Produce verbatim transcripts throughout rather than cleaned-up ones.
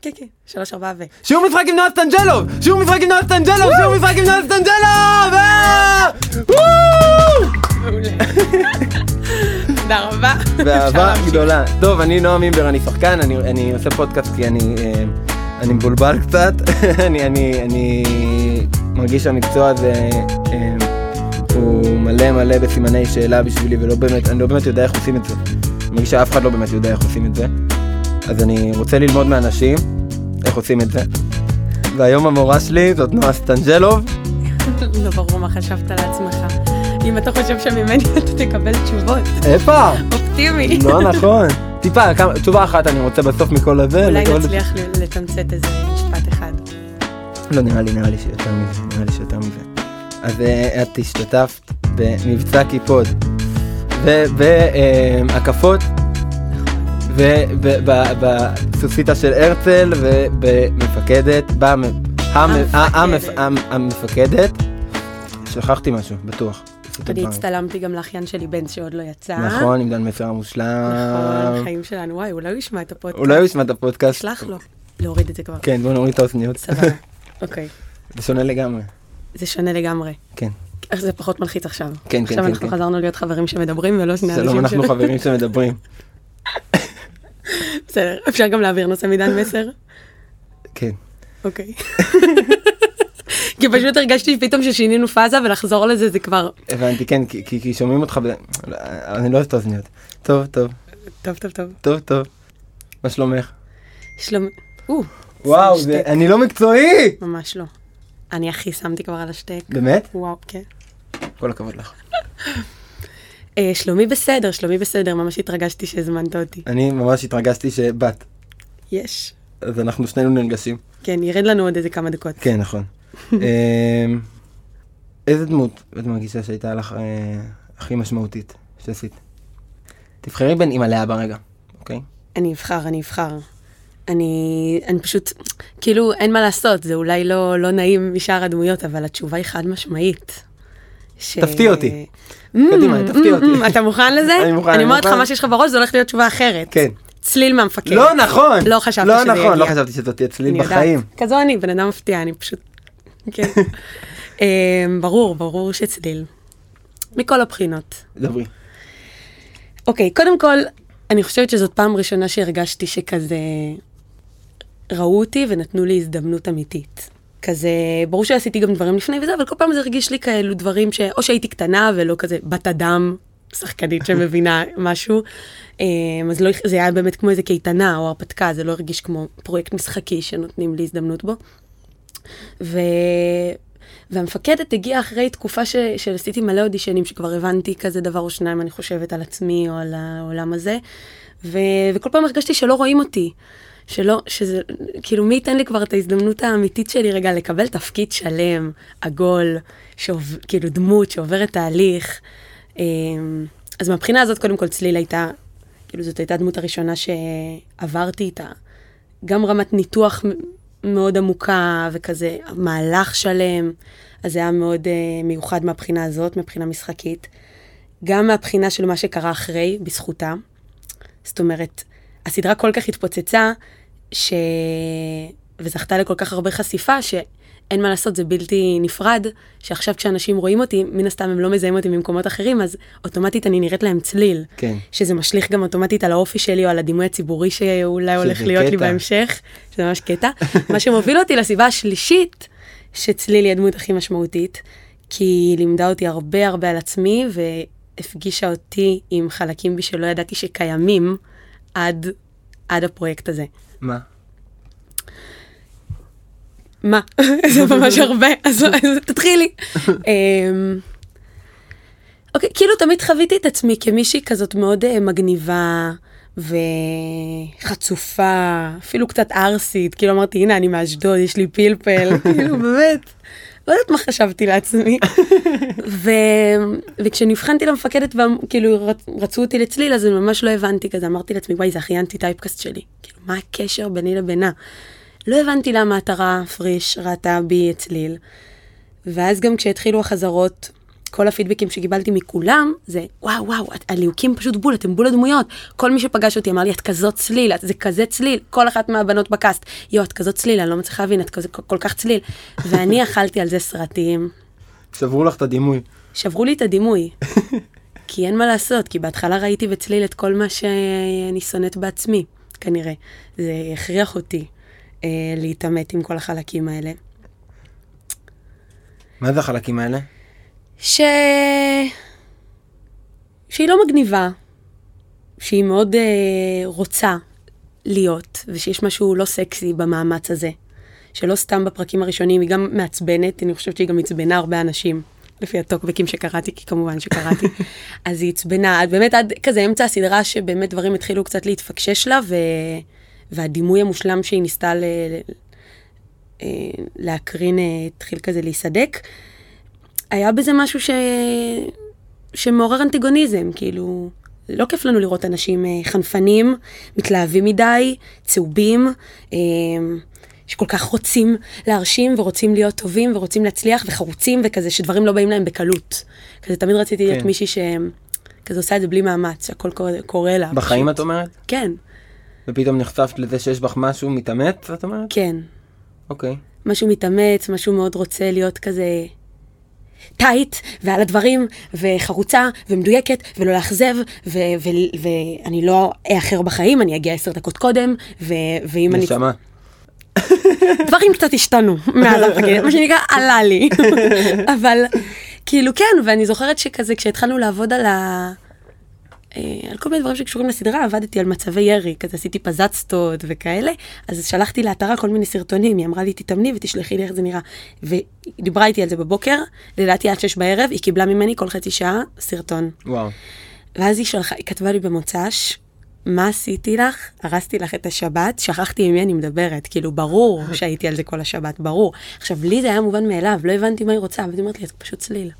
כן, כן, שלוש ארבעה ו... שיעור משחק עם נועה סטנג'לוב! שיעור משחק עם נועה סטנג'לוב! שיעור משחק עם נועה סטנג'לוב! תודה רבה. באהבה גדולה. טוב, אני נועם אימבר, אני שחקן, אני עושה פודקאסט כי אני מבולבל קצת. אני מרגיש שהמקצוע הזה הוא מלא מלא בסימני שאלה בשבילי, ולא באמת, אני לא באמת יודע איך עושים את זה. אני מרגיש שאף אחד לא באמת יודע איך עושים את זה. אז אני רוצה ללמוד מאנשים איך עושים את זה. והיום המורה שלי זאת נועה סטנג'לוב. לא ברור מה חשבת לעצמך. אם אתה חושב שממני אתה תקבל תשובות. איפה? אופטימי. לא נכון. טיפה, תשובה אחת אני רוצה בסוף מכל הזה. אולי נצליח לתמצת איזה משפט אחד. לא, נראה לי, נראה לי שיותר מזה. נראה לי שיותר מזה. אז את השתתפת במבצע קיפוד. ובהקפות. ובסוסיתה של הרצל, ובמפקדת, המפקדת, שכחתי משהו, בטוח. אני הצטלמתי גם לאחיין שלי בן שעוד לא יצא. נכון, עם דן מסר המושלם. נכון, חיים שלנו, וואי, אולי הוא ישמע את הפודקאסט. אולי הוא ישמע את הפודקאסט. שלח לו, להוריד את זה כבר. כן, בוא נוריד את האוזניות. סבבה, אוקיי. זה שונה לגמרי. זה שונה לגמרי. כן. זה פחות מלחיץ עכשיו. כן, כן, כן. עכשיו אנחנו חזרנו להיות חברים שמדברים, ולא שני אנשים שלום, אנחנו חברים שמדברים. בסדר, אפשר גם להעביר נושא מדן מסר? כן. אוקיי. כי פשוט הרגשתי פתאום ששינינו פאזה, ולחזור לזה זה כבר... הבנתי, כן, כי שומעים אותך, אני לא אוהב את האוזניות. טוב, טוב. טוב, טוב, טוב. טוב, טוב. מה שלומך? שלום... וואו, אני לא מקצועי! ממש לא. אני הכי שמתי כבר על השטק. באמת? וואו, כן. כל הכבוד לך. שלומי בסדר, שלומי בסדר, ממש התרגשתי שהזמנת אותי. אני ממש התרגשתי שבת. יש. אז אנחנו שנינו נרגשים. כן, ירד לנו עוד איזה כמה דקות. כן, נכון. איזה דמות את מרגישה שהייתה לך הכי משמעותית שעשית? תבחרי בין אמא לאבא רגע, אוקיי? אני אבחר, אני אבחר. אני, אני פשוט, כאילו, אין מה לעשות, זה אולי לא, לא נעים משאר הדמויות, אבל התשובה היא חד משמעית. ש... תפתיע אותי. קדימה, תפתיע אותי. אתה מוכן לזה? אני מוכן. אני אומרת לך מה שיש לך בראש, זה הולך להיות תשובה אחרת. כן. צליל מהמפקד. לא נכון. לא חשבתי לא שזה יגיע. נכון, לא חשבתי שזאת תהיה צליל בחיים. כזו אני, בן אדם מפתיע, אני פשוט... כן. ברור, ברור שצליל. מכל הבחינות. דברי. אוקיי, קודם כל, אני חושבת שזאת פעם ראשונה שהרגשתי שכזה ראו אותי ונתנו לי הזדמנות אמיתית. כזה, ברור שעשיתי גם דברים לפני וזה, אבל כל פעם זה הרגיש לי כאלו דברים ש... או שהייתי קטנה ולא כזה בת אדם, שחקנית שמבינה משהו. אז לא, זה היה באמת כמו איזה קייטנה או הרפתקה, זה לא הרגיש כמו פרויקט משחקי שנותנים לי הזדמנות בו. ו... והמפקדת הגיעה אחרי תקופה ש... שעשיתי מלא אודישנים, שכבר הבנתי כזה דבר או שניים, אני חושבת על עצמי או על העולם הזה. ו... וכל פעם הרגשתי שלא רואים אותי. שלא, שזה, כאילו, מי ייתן לי כבר את ההזדמנות האמיתית שלי רגע לקבל תפקיד שלם, עגול, שעוב, כאילו דמות שעוברת תהליך. אז מהבחינה הזאת, קודם כל, צליל הייתה, כאילו, זאת הייתה הדמות הראשונה שעברתי איתה. גם רמת ניתוח מאוד עמוקה וכזה, מהלך שלם, אז זה היה מאוד uh, מיוחד מהבחינה הזאת, מבחינה משחקית. גם מהבחינה של מה שקרה אחרי, בזכותה. זאת אומרת, הסדרה כל כך התפוצצה, ש... וזכתה לכל כך הרבה חשיפה, שאין מה לעשות, זה בלתי נפרד, שעכשיו כשאנשים רואים אותי, מן הסתם הם לא מזהים אותי ממקומות אחרים, אז אוטומטית אני נראית להם צליל. כן. שזה משליך גם אוטומטית על האופי שלי, או על הדימוי הציבורי שאולי הולך להיות קטע. לי בהמשך. שזה ממש קטע. מה שמוביל אותי לסיבה השלישית, שצליל היא הדמות הכי משמעותית, כי היא לימדה אותי הרבה הרבה על עצמי, והפגישה אותי עם חלקים בי שלא ידעתי שקיימים, עד, עד הפרויקט הזה. מה? מה? זה ממש הרבה, אז תתחילי. אוקיי, כאילו תמיד חוויתי את עצמי כמישהי כזאת מאוד מגניבה וחצופה, אפילו קצת ארסית, כאילו אמרתי, הנה, אני מאשדוד, יש לי פלפל, כאילו באמת. לא יודעת מה חשבתי לעצמי. וכשנבחנתי למפקדת, כאילו רצו אותי לצליל, אז אני ממש לא הבנתי כזה, אמרתי לעצמי, וואי, זה הכי אנטי טייפקאסט שלי. כאילו, מה הקשר ביני לבינה? לא הבנתי למה התרה פריש ראתה בי צליל. ואז גם כשהתחילו החזרות, כל הפידבקים שקיבלתי מכולם, זה, וואו, וואו, הליהוקים פשוט בול, אתם בול הדמויות. כל מי שפגש אותי אמר לי, את כזאת צליל, זה כזה צליל. כל אחת מהבנות בקאסט, יו, את כזאת צליל, אני לא מצליחה להבין, את כזה, כל כך צליל. ואני אכלתי על זה סרטים. שברו לך את הדימוי. שברו לי את הדימוי. כי אין מה לעשות, כי בהתחלה ראיתי בצליל את כל מה שאני שונאת בעצמי, כנראה. זה הכריח אותי אה, להתאמת עם כל החלקים האלה. מה זה החלקים האלה? ש... שהיא לא מגניבה, שהיא מאוד אה, רוצה להיות, ושיש משהו לא סקסי במאמץ הזה, שלא סתם בפרקים הראשונים, היא גם מעצבנת, אני חושבת שהיא גם עצבנה הרבה אנשים, לפי הטוקבקים שקראתי, כי כמובן שקראתי, אז היא עצבנה, באמת עד כזה אמצע הסדרה, שבאמת דברים התחילו קצת להתפקשש לה, ו... והדימוי המושלם שהיא ניסתה ל... להקרין, התחיל כזה להיסדק, היה בזה משהו ש... שמעורר אנטיגוניזם, כאילו, לא כיף לנו לראות אנשים חנפנים, מתלהבים מדי, צהובים, שכל כך רוצים להרשים ורוצים להיות טובים ורוצים להצליח וחרוצים וכזה, שדברים לא באים להם בקלות. כזה תמיד רציתי להיות מישהי שכזה עושה את זה בלי מאמץ, שהכל קורה, קורה לה. בחיים את אומרת? כן. ופתאום נחשפת לזה שיש בך משהו מתאמץ, את אומרת? כן. אוקיי. משהו מתאמץ, משהו מאוד רוצה להיות כזה טייט, ועל הדברים, וחרוצה, ומדויקת, ולא לאכזב, ואני לא אאחר בחיים, אני אגיע עשר דקות קודם, ואם אני... נשמה. דברים קצת השתנו, מאז הפגנת, מה שנקרא, עלה לי. אבל, כאילו, כן, ואני זוכרת שכזה, כשהתחלנו לעבוד על ה... על כל מיני דברים שקשורים לסדרה, עבדתי על מצבי ירי, כזה עשיתי פזצטות וכאלה, אז שלחתי לאתרה כל מיני סרטונים, היא אמרה לי, תתאמני ותשלחי לי איך זה נראה. ודיברה איתי על זה בבוקר, לדעתי עד שש בערב, היא קיבלה ממני כל חצי שעה סרטון. וואו. ואז היא שלחה, היא כתבה לי במוצ"ש, מה עשיתי לך? הרסתי לך את השבת, שכחתי עם מי אני מדברת, כאילו ברור שהייתי על זה כל השבת, ברור. עכשיו, לי זה היה מובן מאליו, לא הבנתי מה היא רוצה, אבל היא אומרת לי, את פשוט צליל.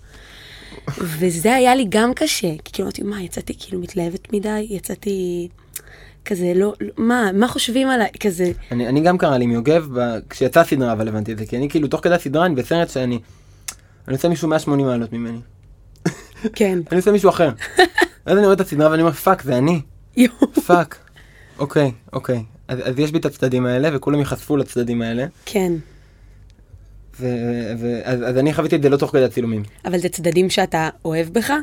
וזה היה לי גם קשה, כי כאילו אמרתי, מה, יצאתי כאילו מתלהבת מדי, יצאתי כזה, לא, לא מה, מה חושבים עליי, כזה. אני, אני גם קרא לי מיוגב, ב... כשיצא סדרה, אבל הבנתי את זה, כי אני כאילו, תוך כדי הסדרה, אני בסרט שאני, אני עושה מישהו מאה ושמונים מעלות ממני. כן. אני עושה מישהו אחר. אז אני רואה את הסדרה ואני אומר, פאק, זה אני. פאק. אוקיי, אוקיי. אז, אז יש בי את הצדדים האלה, וכולם יחשפו לצדדים האלה. כן. ו... ו... אז, אז אני חוויתי את זה לא תוך כדי הצילומים. אבל זה צדדים שאתה אוהב בך?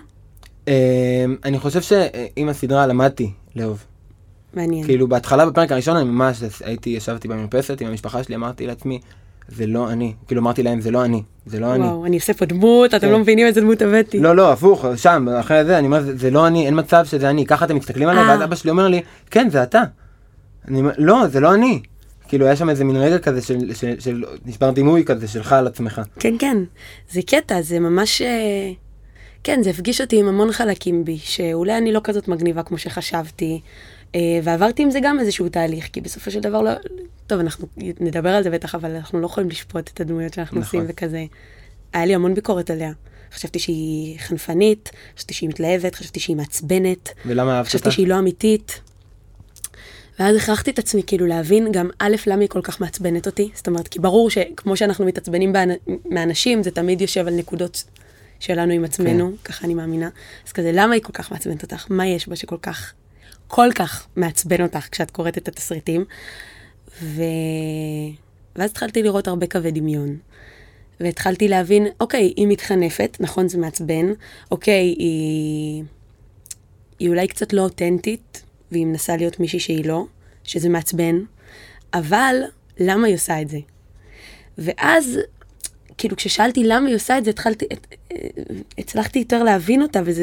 אני חושב שעם הסדרה למדתי לאהוב. מעניין. כאילו בהתחלה בפרק הראשון אני ממש הייתי, ישבתי במרפסת עם המשפחה שלי, אמרתי לעצמי, זה לא אני. כאילו אמרתי להם, זה לא אני, זה לא אני. וואו, אני עושה פה דמות, אתם לא מבינים איזה דמות הבאתי. לא, לא, הפוך, שם, אחרי זה, אני אומר, זה לא אני, אין מצב שזה אני. ככה אתם מסתכלים עליי, ואז אבא שלי אומר לי, כן, זה אתה. אני אומר, לא, זה לא אני. כאילו היה שם איזה מין רגע כזה של, של, של נשבר דימוי כזה שלך על עצמך. כן, כן. זה קטע, זה ממש... כן, זה הפגיש אותי עם המון חלקים בי, שאולי אני לא כזאת מגניבה כמו שחשבתי, ועברתי עם זה גם איזשהו תהליך, כי בסופו של דבר לא... טוב, אנחנו נדבר על זה בטח, אבל אנחנו לא יכולים לשפוט את הדמויות שאנחנו עושים וכזה. היה לי המון ביקורת עליה. חשבתי שהיא חנפנית, חשבתי שהיא מתלהבת, חשבתי שהיא מעצבנת. ולמה אהבת אותה? חשבתי שהיא לא אמיתית. ואז הכרחתי את עצמי כאילו להבין גם א', למה היא כל כך מעצבנת אותי. זאת אומרת, כי ברור שכמו שאנחנו מתעצבנים מאנשים, זה תמיד יושב על נקודות שלנו עם עצמנו, okay. ככה אני מאמינה. אז כזה, למה היא כל כך מעצבנת אותך? מה יש בה שכל כך, כל כך מעצבן אותך כשאת קוראת את התסריטים? ו... ואז התחלתי לראות הרבה קווי דמיון. והתחלתי להבין, אוקיי, היא מתחנפת, נכון, זה מעצבן. אוקיי, היא, היא אולי קצת לא אותנטית, והיא מנסה להיות מישהי שהיא לא, שזה מעצבן, אבל למה היא עושה את זה? ואז, כאילו, כששאלתי למה היא עושה את זה, התחלתי, הצלחתי יותר להבין אותה, וזה...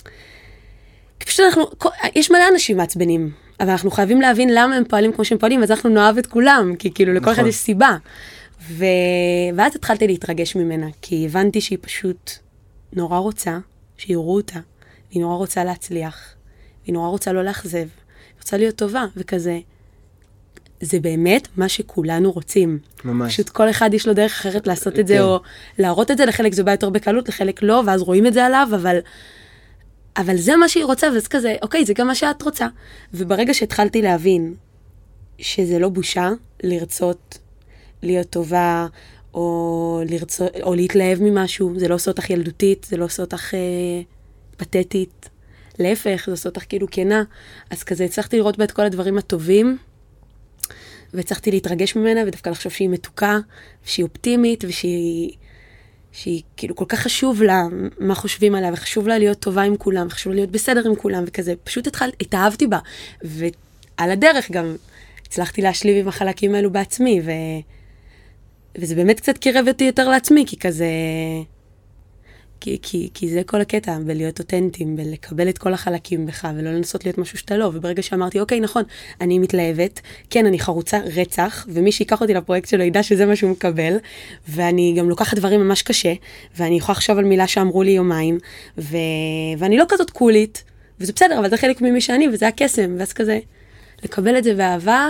פשוט אנחנו, יש מלא אנשים מעצבנים, אבל אנחנו חייבים להבין למה הם פועלים כמו שהם פועלים, אז אנחנו נאהב את כולם, כי כאילו, לכל אחד יש סיבה. ו... ואז התחלתי להתרגש ממנה, כי הבנתי שהיא פשוט נורא רוצה, שיראו אותה, והיא נורא רוצה להצליח, והיא נורא רוצה לא לאכזב, היא רוצה להיות טובה, וכזה, זה באמת מה שכולנו רוצים. ממש. פשוט כל אחד יש לו דרך אחרת לעשות את זה, או להראות את זה, לחלק זה בא יותר בקלות, לחלק לא, ואז רואים את זה עליו, אבל, אבל זה מה שהיא רוצה, וזה כזה, אוקיי, זה גם מה שאת רוצה. וברגע שהתחלתי להבין שזה לא בושה לרצות להיות טובה, או, לרצו, או להתלהב ממשהו, זה לא עושה אותך ילדותית, זה לא עושה אותך אה, פתטית, להפך, זה עושה אותך כאילו כנה, אז כזה הצלחתי לראות בה את כל הדברים הטובים, והצלחתי להתרגש ממנה, ודווקא לחשוב שהיא מתוקה, שהיא אופטימית, ושהיא שהיא כאילו כל כך חשוב לה מה חושבים עליה, וחשוב לה להיות טובה עם כולם, וחשוב לה להיות בסדר עם כולם, וכזה, פשוט התחל, התאהבתי בה, ועל הדרך גם הצלחתי להשליב עם החלקים האלו בעצמי, ו... וזה באמת קצת קירב אותי יותר לעצמי, כי כזה... כי, כי, כי זה כל הקטע, בלהיות אותנטיים, בלקבל את כל החלקים בך, ולא לנסות להיות משהו שאתה לא. וברגע שאמרתי, אוקיי, נכון, אני מתלהבת, כן, אני חרוצה רצח, ומי שיקח אותי לפרויקט שלו ידע שזה מה שהוא מקבל, ואני גם לוקחת דברים ממש קשה, ואני יכולה לחשוב על מילה שאמרו לי יומיים, ו... ואני לא כזאת קולית, וזה בסדר, אבל זה חלק ממי שאני, וזה הקסם, ואז כזה, לקבל את זה באהבה,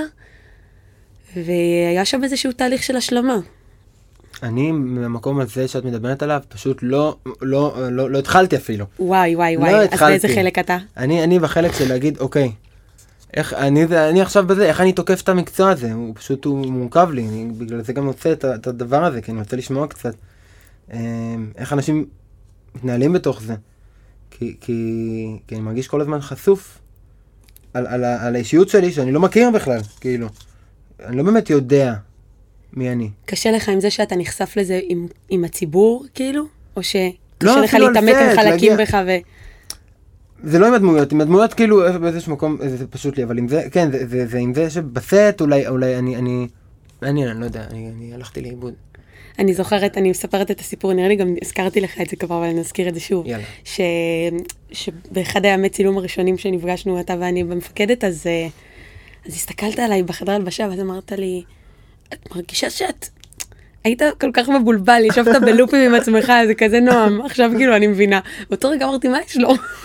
והיה שם איזשהו תהליך של השלמה. אני, מהמקום הזה שאת מדברת עליו, פשוט לא, לא, לא, לא התחלתי אפילו. וואי, וואי, לא וואי. התחלתי. אז באיזה חלק אתה? אני, אני בחלק של להגיד, אוקיי, איך, אני, אני עכשיו בזה, איך אני תוקף את המקצוע הזה? הוא פשוט, הוא מורכב לי, אני, בגלל זה גם רוצה את, את הדבר הזה, כי אני רוצה לשמוע קצת. איך אנשים מתנהלים בתוך זה. כי, כי, כי אני מרגיש כל הזמן חשוף על, על, על האישיות שלי, שאני לא מכיר בכלל, כאילו. אני לא באמת יודע מי אני. קשה לך עם זה שאתה נחשף לזה עם, עם הציבור, כאילו? או שקשה לא, לך להתעמק עם חלקים בך ו... זה לא עם הדמויות, עם הדמויות כאילו באיזשהו מקום, זה פשוט לי, אבל עם זה, כן, זה, זה, זה עם זה שבסט אולי, אולי אני, אני, אני, אני לא יודע, אני, אני הלכתי לאיבוד. אני זוכרת, אני מספרת את הסיפור, נראה לי גם הזכרתי לך את זה כבר, אבל אני אזכיר את זה שוב. יאללה. ש... שבאחד הימי צילום הראשונים שנפגשנו, אתה ואני במפקדת, אז, אז הסתכלת עליי בחדר הלבשה, ואז אמרת לי, את מרגישה שאת היית כל כך מבולבל, ישבת בלופים עם עצמך, זה כזה נועם, עכשיו כאילו אני מבינה. באותו רגע אמרתי, מה יש לו?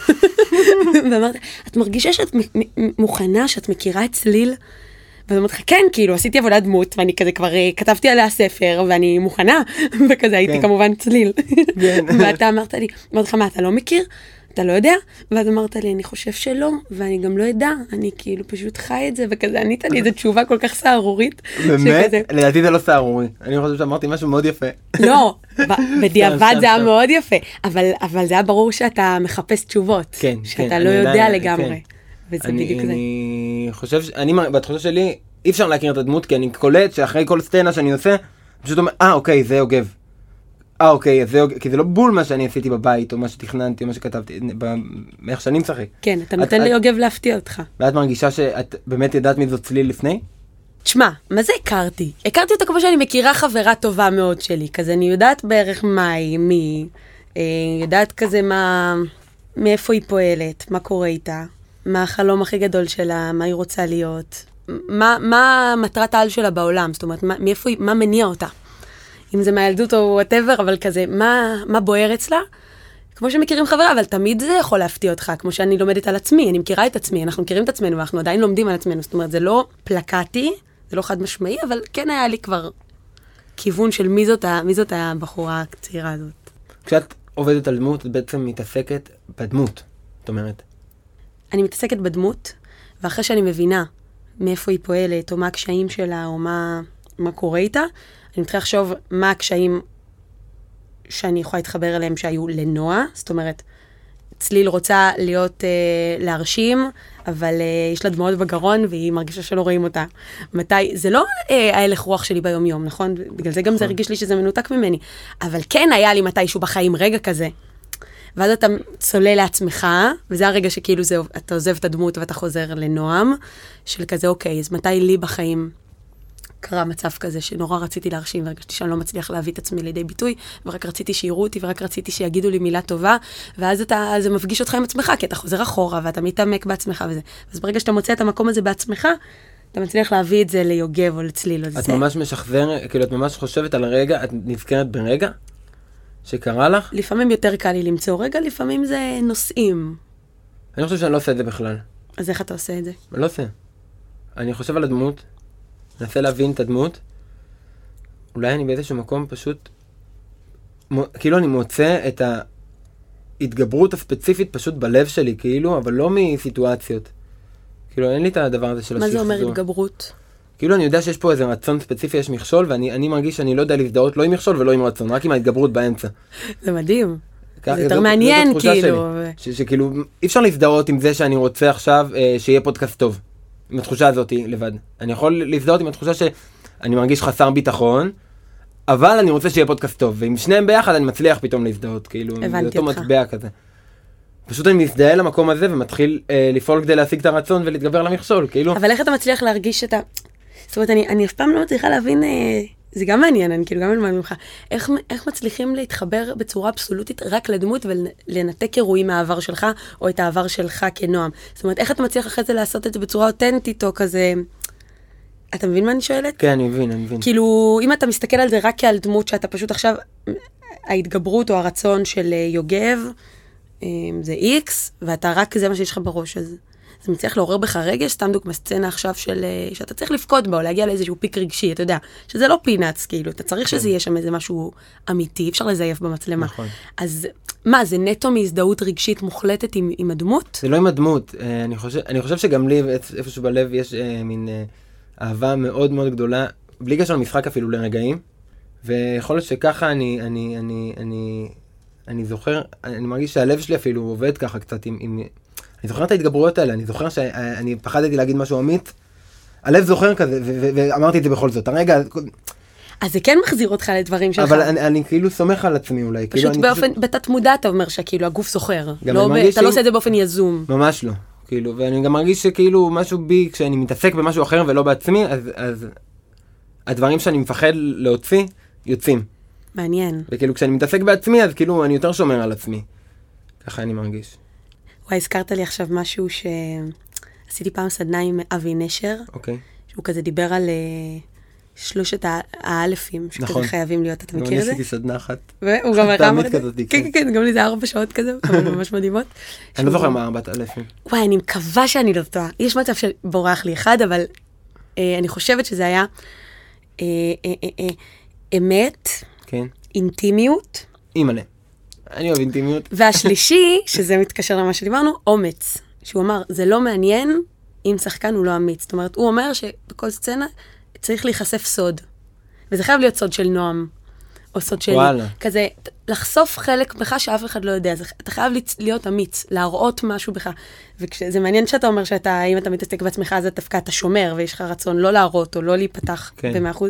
ואמרתי, את מרגישה שאת מוכנה, שאת מכירה את צליל? ואני אומרת לך, כן, כאילו, עשיתי עבודת דמות, ואני כזה כבר כתבתי עליה ספר, ואני מוכנה, וכזה הייתי כמובן צליל. ואתה אמרת לי, אמרת לך, מה, אתה לא מכיר? אתה לא יודע? ואז אמרת לי, אני חושב שלא, ואני גם לא יודע, אני כאילו פשוט חי את זה, וכזה ענית לי איזו תשובה כל כך סערורית. באמת? לדעתי זה לא סערורי. אני חושב שאמרתי משהו מאוד יפה. לא, בדיעבד זה היה מאוד יפה, אבל זה היה ברור שאתה מחפש תשובות. כן, שאתה לא יודע לגמרי. וזה בדיוק זה. אני חושב, אני, בתחושה שלי, אי אפשר להכיר את הדמות, כי אני קולט שאחרי כל סצנה שאני עושה, פשוט אומר, אה, אוקיי, זה יוגב. אה, אוקיי, זה יוגב, כי זה לא בול מה שאני עשיתי בבית, או מה שתכננתי, או מה שכתבתי, מאיך שאני משחק. כן, אתה נותן ליוגב להפתיע אותך. ואת מרגישה שאת באמת ידעת מי זאת צליל לפני? תשמע, מה זה הכרתי? הכרתי אותה כמו שאני מכירה חברה טובה מאוד שלי, כזה אני יודעת בערך מה היא, מי, יודעת כזה מה, מאיפה היא פועלת, מה קורה איתה. מה החלום הכי גדול שלה, מה היא רוצה להיות, מה, מה מטרת העל שלה בעולם, זאת אומרת, מה, מאיפה, מה מניע אותה. אם זה מהילדות או whatever, אבל כזה, מה, מה בוער אצלה? כמו שמכירים חברה, אבל תמיד זה יכול להפתיע אותך, כמו שאני לומדת על עצמי, אני מכירה את עצמי, אנחנו מכירים את עצמנו, ואנחנו עדיין לומדים על עצמנו, זאת אומרת, זה לא פלקטי, זה לא חד משמעי, אבל כן היה לי כבר כיוון של מי זאת, מי זאת הבחורה הצעירה הזאת. כשאת עובדת על דמות, את בעצם מתעסקת בדמות, זאת אומרת. אני מתעסקת בדמות, ואחרי שאני מבינה מאיפה היא פועלת, או מה הקשיים שלה, או מה, מה קורה איתה, אני מתחילה לחשוב מה הקשיים שאני יכולה להתחבר אליהם שהיו לנועה, זאת אומרת, צליל רוצה להיות, אה, להרשים, אבל אה, יש לה דמעות בגרון, והיא מרגישה שלא רואים אותה. מתי, זה לא אה, ההלך רוח שלי ביום יום, נכון? בגלל זה גם נכון. זה הרגיש לי שזה מנותק ממני. אבל כן היה לי מתישהו בחיים רגע כזה. ואז אתה צולל לעצמך, וזה הרגע שכאילו זה, אתה עוזב את הדמות ואתה חוזר לנועם, של כזה, אוקיי, אז מתי לי בחיים קרה מצב כזה שנורא רציתי להרשים, והרגשתי שאני לא מצליח להביא את עצמי לידי ביטוי, ורק רציתי שיראו אותי, ורק רציתי שיגידו לי מילה טובה, ואז אתה, זה מפגיש אותך עם עצמך, כי אתה חוזר אחורה, ואתה מתעמק בעצמך וזה. אז ברגע שאתה מוצא את המקום הזה בעצמך, אתה מצליח להביא את זה ליוגב או לצליל או לזה. את ממש משחזר, כאילו את ממש חושבת על רגע, את נזכרת ברגע שקרה לך? לפעמים יותר קל לי למצוא רגע, לפעמים זה נושאים. אני חושב שאני לא עושה את זה בכלל. אז איך אתה עושה את זה? אני לא עושה. אני חושב על הדמות, ננסה להבין את הדמות, אולי אני באיזשהו מקום פשוט, כאילו אני מוצא את ההתגברות הספציפית פשוט בלב שלי, כאילו, אבל לא מסיטואציות. כאילו אין לי את הדבר הזה של השחזור. מה זה אומר התגברות? כאילו אני יודע שיש פה איזה רצון ספציפי, יש מכשול, ואני אני מרגיש שאני לא יודע להזדהות לא עם מכשול ולא עם רצון, רק עם ההתגברות באמצע. זה מדהים. כ- זה יותר זאת- מעניין, זאת התחושה כאילו. שלי. ש- שכאילו, אי אפשר להזדהות עם זה שאני רוצה עכשיו אה, שיהיה פודקאסט טוב. עם התחושה הזאת לבד. אני יכול להזדהות עם התחושה שאני מרגיש חסר ביטחון, אבל אני רוצה שיהיה פודקאסט טוב, ועם שניהם ביחד אני מצליח פתאום להזדהות, כאילו, זה הבנתי אותו אותך. מטבע כזה. פשוט אני מזדהה למקום הזה ומתחיל אה, לפעול כדי להשיג את הרצון ולהתגבר על המכשול, כאילו. אבל איך אתה מצליח להרגיש את ה... זאת אומרת, אני, אני אף פעם לא מצליחה להבין, אה, זה גם מעניין, אני כאילו גם אלמד ממך, איך, איך מצליחים להתחבר בצורה אבסולוטית רק לדמות ולנתק אירועים מהעבר שלך, או את העבר שלך כנועם. זאת אומרת, איך אתה מצליח אחרי זה לעשות את זה בצורה אותנטית, או כזה... אתה מבין מה אני שואלת? כן, אני מבין, אני מבין. כאילו, אם אתה מסתכל על זה רק כעל דמות שאתה פשוט עכשיו, ההתגברות או הרצון של אה, יוגב, אה, זה איקס, ואתה רק, זה מה שיש לך בראש, אז... זה מצליח לעורר בך רגש, סתם דוגמא סצנה עכשיו של, שאתה צריך לפקוד בה, או להגיע לאיזשהו פיק רגשי, אתה יודע, שזה לא פינאץ, כאילו, אתה צריך שזה יהיה שם איזה משהו אמיתי, אפשר לזייף במצלמה. נכון. אז מה, זה נטו מהזדהות רגשית מוחלטת עם, עם הדמות? זה לא עם הדמות, אה, אני חושב, אני חושב שגם לי, איפשהו בלב, יש אה, מין אה, אהבה מאוד מאוד גדולה, בלי קשר למשחק אפילו לרגעים, ויכול להיות שככה אני, אני, אני, אני, אני זוכר, אני מרגיש שהלב שלי אפילו עובד ככה קצת עם... עם אני זוכר את ההתגברויות האלה, אני זוכר שאני פחדתי להגיד משהו אמיץ, הלב זוכר כזה, ואמרתי את זה בכל זאת. הרגע... אז זה כן מחזיר אותך לדברים שלך. אבל אני, אני כאילו סומך על עצמי אולי. פשוט כאילו באופן, פשוט... בתת מודע אתה אומר שכאילו הגוף זוכר. לא, ב... אתה לא עושה את זה באופן יזום. ממש לא. כאילו, ואני גם מרגיש שכאילו משהו בי, כשאני מתעסק במשהו אחר ולא בעצמי, אז, אז הדברים שאני מפחד להוציא, יוצאים. מעניין. וכאילו כשאני מתעסק בעצמי, אז כאילו אני יותר שומר על עצמי. ככה אני מרגיש. וואי, הזכרת לי עכשיו משהו שעשיתי פעם סדנה עם אבי נשר. אוקיי. שהוא כזה דיבר על uh, שלושת האלפים, שכזה נכון. חייבים להיות, אתה מכיר את אני זה? עשיתי סדנה אחת. והוא גם הרם תעמית את זה. כזאת, כן, כן. כן, כן, גם לי זה ארבע שעות כזה, אבל ממש מדהימות. אני לא זוכר מה ארבעת אלפים. וואי, אני מקווה שאני לא טועה. יש מצב שבורח לי אחד, אבל אה, אני חושבת שזה היה אה, אה, אה, אה, אמת, כן. אינטימיות, אימא'לה. אני אוהב אינטימיות. והשלישי, שזה מתקשר למה שדיברנו, אומץ. שהוא אמר, זה לא מעניין אם שחקן הוא לא אמיץ. זאת אומרת, הוא אומר שבכל סצנה צריך להיחשף סוד. וזה חייב להיות סוד של נועם, או סוד שלי. וואלה. כזה, לחשוף חלק בך שאף אחד לא יודע. אתה חייב להיות אמיץ, להראות משהו בך. וזה מעניין שאתה אומר שאתה, אם אתה מתעסק בעצמך, אז דווקא אתה שומר, ויש לך רצון לא להראות, או לא להיפתח כן. במאה אחוז.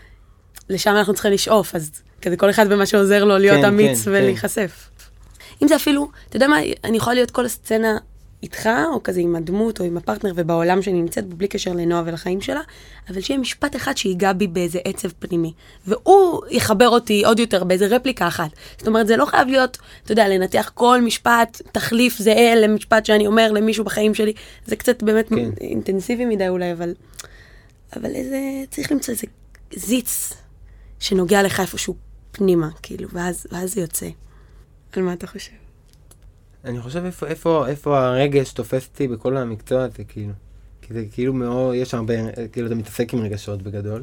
לשם אנחנו צריכים לשאוף, אז כזה כל אחד במה שעוזר לו להיות כן, אמיץ כן, ולהיחשף. אם זה אפילו, אתה יודע מה, אני יכולה להיות כל הסצנה איתך, או כזה עם הדמות, או עם הפרטנר, ובעולם שאני נמצאת בו, בלי קשר לנועה ולחיים שלה, אבל שיהיה משפט אחד שיגע בי באיזה עצב פנימי. והוא יחבר אותי עוד יותר באיזה רפליקה אחת. זאת אומרת, זה לא חייב להיות, אתה יודע, לנתח כל משפט, תחליף זהה למשפט שאני אומר למישהו בחיים שלי. זה קצת באמת כן. אינטנסיבי מדי אולי, אבל, אבל איזה, צריך למצוא איזה זיץ שנוגע לך איפשהו פנימה, כאילו, ואז, ואז זה יוצא. על מה אתה חושב? אני חושב איפה, איפה, איפה הרגש תופס אותי בכל המקצוע הזה, כאילו. כי זה כאילו מאוד, יש הרבה, כאילו אתה מתעסק עם רגשות בגדול.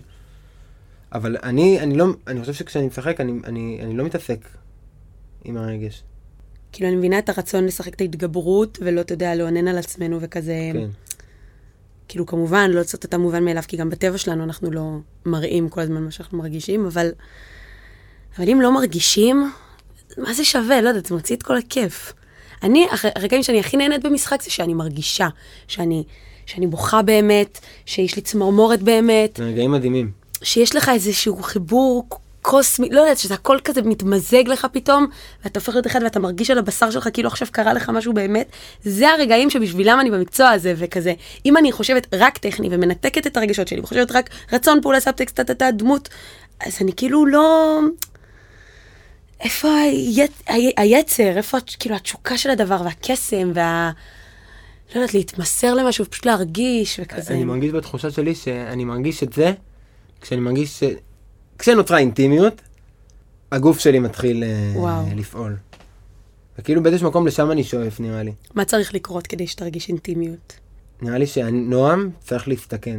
אבל אני, אני לא, אני חושב שכשאני משחק, אני, אני, אני לא מתעסק עם הרגש. כאילו אני מבינה את הרצון לשחק את ההתגברות, ולא, אתה יודע, לעונן על עצמנו וכזה. כן. כאילו כמובן, לא לעשות את המובן מאליו, כי גם בטבע שלנו אנחנו לא מראים כל הזמן מה שאנחנו מרגישים, אבל, אבל אם לא מרגישים, מה זה שווה? לא יודעת, זה מוציא את כל הכיף. אני, הרגעים שאני הכי נהנית במשחק זה שאני מרגישה, שאני, שאני בוכה באמת, שיש לי צמרמורת באמת. זה רגעים מדהימים. שיש לך איזשהו חיבור קוסמי, לא יודעת, שזה הכל כזה מתמזג לך פתאום, ואתה הופך להיות אחד ואתה מרגיש על הבשר שלך, כאילו עכשיו קרה לך משהו באמת. זה הרגעים שבשבילם אני במקצוע הזה, וכזה, אם אני חושבת רק טכני ומנתקת את הרגשות שלי, וחושבת רק רצון, פעולה, סאבטקסט, תת, דמות, אז אני כאילו לא... איפה היצר, איפה כאילו התשוקה של הדבר, והקסם, וה... לא יודעת, להתמסר למשהו, פשוט להרגיש וכזה. אני מרגיש בתחושה שלי שאני מרגיש את זה, כשאני מרגיש ש... כשנוצרה אינטימיות, הגוף שלי מתחיל וואו. לפעול. וכאילו באיזשהו מקום לשם אני שואף, נראה לי. מה צריך לקרות כדי שתרגיש אינטימיות? נראה לי שנועם צריך להסתכן.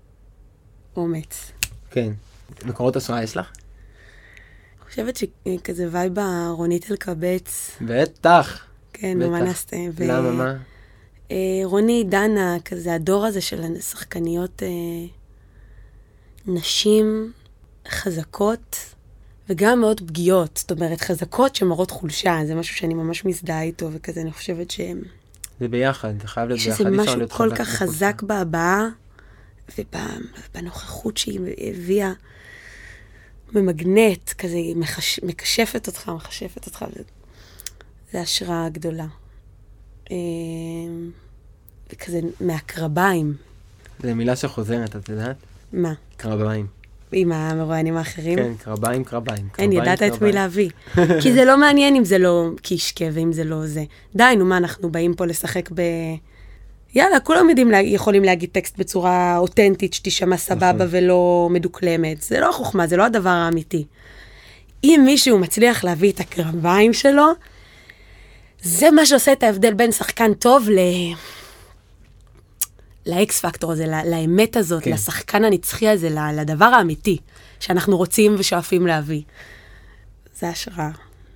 אומץ. כן. מקורות השראה יש לך? אני חושבת שכזה וייבה רונית אלקבץ. בטח. כן, נו, מה נעשה? ו... למה, מה? אה, רוני, דנה, כזה הדור הזה של השחקניות, אה, נשים חזקות וגם מאוד פגיעות, זאת אומרת, חזקות שמראות חולשה, זה משהו שאני ממש מזדהה איתו, וכזה אני חושבת שהם... זה ביחד, זה חייב להיות ביחד. שזה משהו כל כך חזק בהבאה, ובנוכחות שהיא הביאה, ממגנט, כזה, היא מחש... מקשפת אותך, מחשפת אותך, זה, זה השראה גדולה. וכזה מהקרביים. זה מילה שחוזרת, את יודעת? מה? קרביים. עם המרואיינים האחרים? כן, קרביים, קרביים. אין, ידעת את מי להביא. כי זה לא מעניין אם זה לא קישקה ואם זה לא זה. די, נו מה, אנחנו באים פה לשחק ב... יאללה, כולם יודעים, יכולים להגיד טקסט בצורה אותנטית, שתשמע סבבה ולא מדוקלמת. זה לא חוכמה, זה לא הדבר האמיתי. אם מישהו מצליח להביא את הקרביים שלו, זה מה שעושה את ההבדל בין שחקן טוב ל... לאקס פקטור הזה, לאמת הזאת, כן. לשחקן הנצחי הזה, לדבר האמיתי, שאנחנו רוצים ושואפים להביא. זה השראה.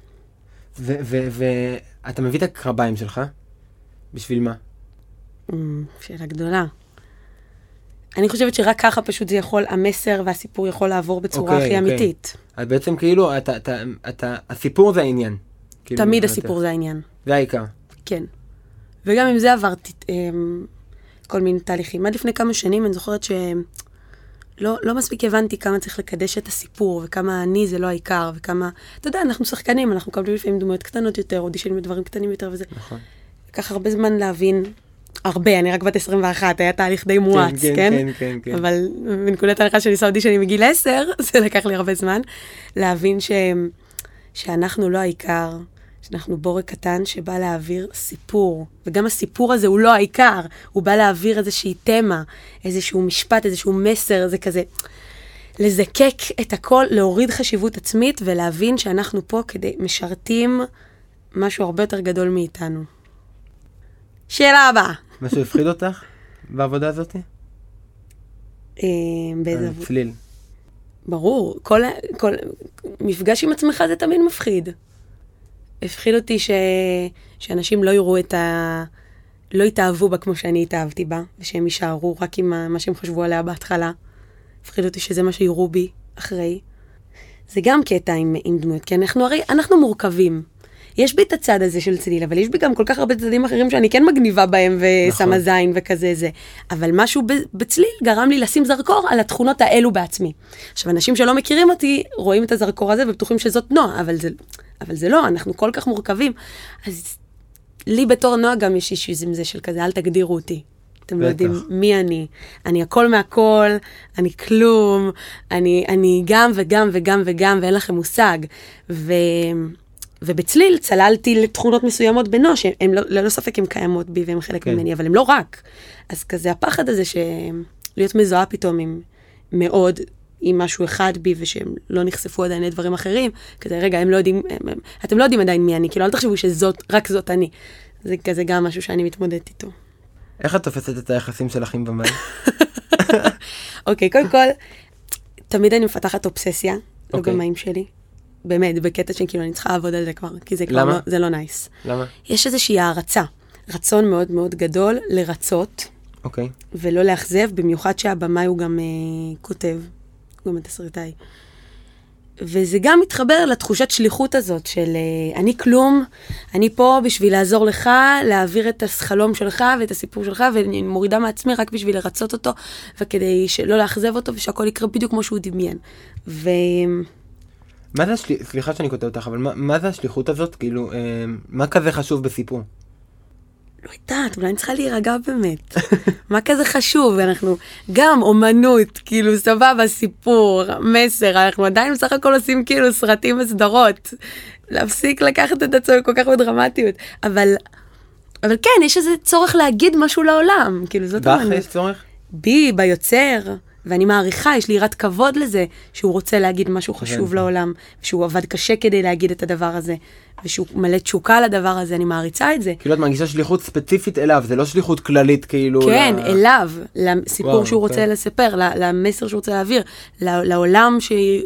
ואתה מביא את הקרביים שלך? בשביל מה? שאלה גדולה. אני חושבת שרק ככה פשוט זה יכול, המסר והסיפור יכול לעבור בצורה הכי אמיתית. אז בעצם כאילו, הסיפור זה העניין. תמיד הסיפור זה העניין. זה העיקר. כן. וגם עם זה עברתי... כל מיני תהליכים. עד לפני כמה שנים אני זוכרת שלא לא מספיק הבנתי כמה צריך לקדש את הסיפור, וכמה אני זה לא העיקר, וכמה... אתה יודע, אנחנו שחקנים, אנחנו מקבלים לפעמים דמויות קטנות יותר, אודישנים בדברים קטנים יותר וזה. נכון. לקח הרבה זמן להבין, הרבה, אני רק בת עשרים ואחת, היה תהליך די מואץ, כן? כן, כן, כן, כן. אבל בנקודת ההלכה שאני עושה אודישנים מגיל עשר, זה לקח לי הרבה זמן, להבין ש... שאנחנו לא העיקר, שאנחנו בורק קטן שבא להעביר סיפור, וגם הסיפור הזה הוא לא העיקר, הוא בא להעביר איזושהי תמה, איזשהו משפט, איזשהו מסר, זה כזה, לזקק את הכל, להוריד חשיבות עצמית, ולהבין שאנחנו פה כדי משרתים משהו הרבה יותר גדול מאיתנו. שאלה הבאה. משהו הפחיד אותך בעבודה הזאת? באיזה... צליל. ברור, כל, כל מפגש עם עצמך זה תמיד מפחיד. הפחיד אותי ש... שאנשים לא יראו את ה... לא יתאהבו בה כמו שאני התאהבתי בה, ושהם יישארו רק עם מה שהם חשבו עליה בהתחלה. הפחיד אותי שזה מה שיראו בי אחרי. זה גם קטע עם, עם דמות, כי אנחנו הרי, אנחנו מורכבים. יש בי את הצד הזה של צליל, אבל יש בי גם כל כך הרבה צדדים אחרים שאני כן מגניבה בהם ושמה זין וכזה זה. אבל משהו בצליל גרם לי לשים זרקור על התכונות האלו בעצמי. עכשיו, אנשים שלא מכירים אותי רואים את הזרקור הזה ובטוחים שזאת נועה, אבל זה, אבל זה לא, אנחנו כל כך מורכבים. אז לי בתור נועה גם יש אישיז עם זה של כזה, אל תגדירו אותי. אתם לא יודעים מי אני. אני הכל מהכל, אני כלום, אני, אני גם וגם וגם וגם, ואין לכם מושג. ו... ובצליל צללתי לתכונות מסוימות בנו, שהן לא, לא ספק הן קיימות בי והן חלק כן. ממני, אבל הן לא רק. אז כזה הפחד הזה שלהיות מזוהה פתאום עם מאוד, עם משהו אחד בי, ושהם לא נחשפו עדיין לדברים אחרים, כזה רגע, הם לא יודעים, הם, הם, אתם לא יודעים עדיין מי אני, כאילו אל תחשבו שזאת, רק זאת אני. זה כזה גם משהו שאני מתמודדת איתו. איך את תופסת את היחסים שלך עם במאי? אוקיי, קודם כל, תמיד אני מפתחת אובססיה, לבמאים שלי. באמת, בקטע שכאילו אני צריכה לעבוד על זה כבר, כי זה כבר לא, זה לא נייס. למה? יש איזושהי הערצה, רצון מאוד מאוד גדול לרצות, אוקיי. ולא לאכזב, במיוחד שהבמאי הוא גם אה, כותב, גם התסריטאי. וזה גם מתחבר לתחושת שליחות הזאת של אה, אני כלום, אני פה בשביל לעזור לך, להעביר את החלום שלך ואת הסיפור שלך, ואני מורידה מעצמי רק בשביל לרצות אותו, וכדי שלא לאכזב אותו, ושהכל יקרה בדיוק כמו שהוא דמיין. ו... מה זה השליחות, סליחה שאני כותב אותך, אבל מה, מה זה השליחות הזאת? כאילו, אה, מה כזה חשוב בסיפור? לא יודעת, אולי אני צריכה להירגע באמת. מה כזה חשוב? אנחנו גם אומנות, כאילו סבבה, סיפור, מסר, אנחנו עדיין בסך הכל עושים כאילו סרטים וסדרות. להפסיק לקחת את עצמי כל כך בדרמטיות. אבל, אבל כן, יש איזה צורך להגיד משהו לעולם. כאילו זאת אומנות. בך יש צורך? בי, ביוצר. ואני מעריכה, יש לי יראת כבוד לזה, שהוא רוצה להגיד משהו חשוב לעולם, ושהוא עבד קשה כדי להגיד את הדבר הזה, ושהוא מלא תשוקה לדבר הזה, אני מעריצה את זה. כאילו את מרגישה שליחות ספציפית אליו, זה לא שליחות כללית כאילו... כן, אליו, לסיפור שהוא רוצה לספר, למסר שהוא רוצה להעביר, לעולם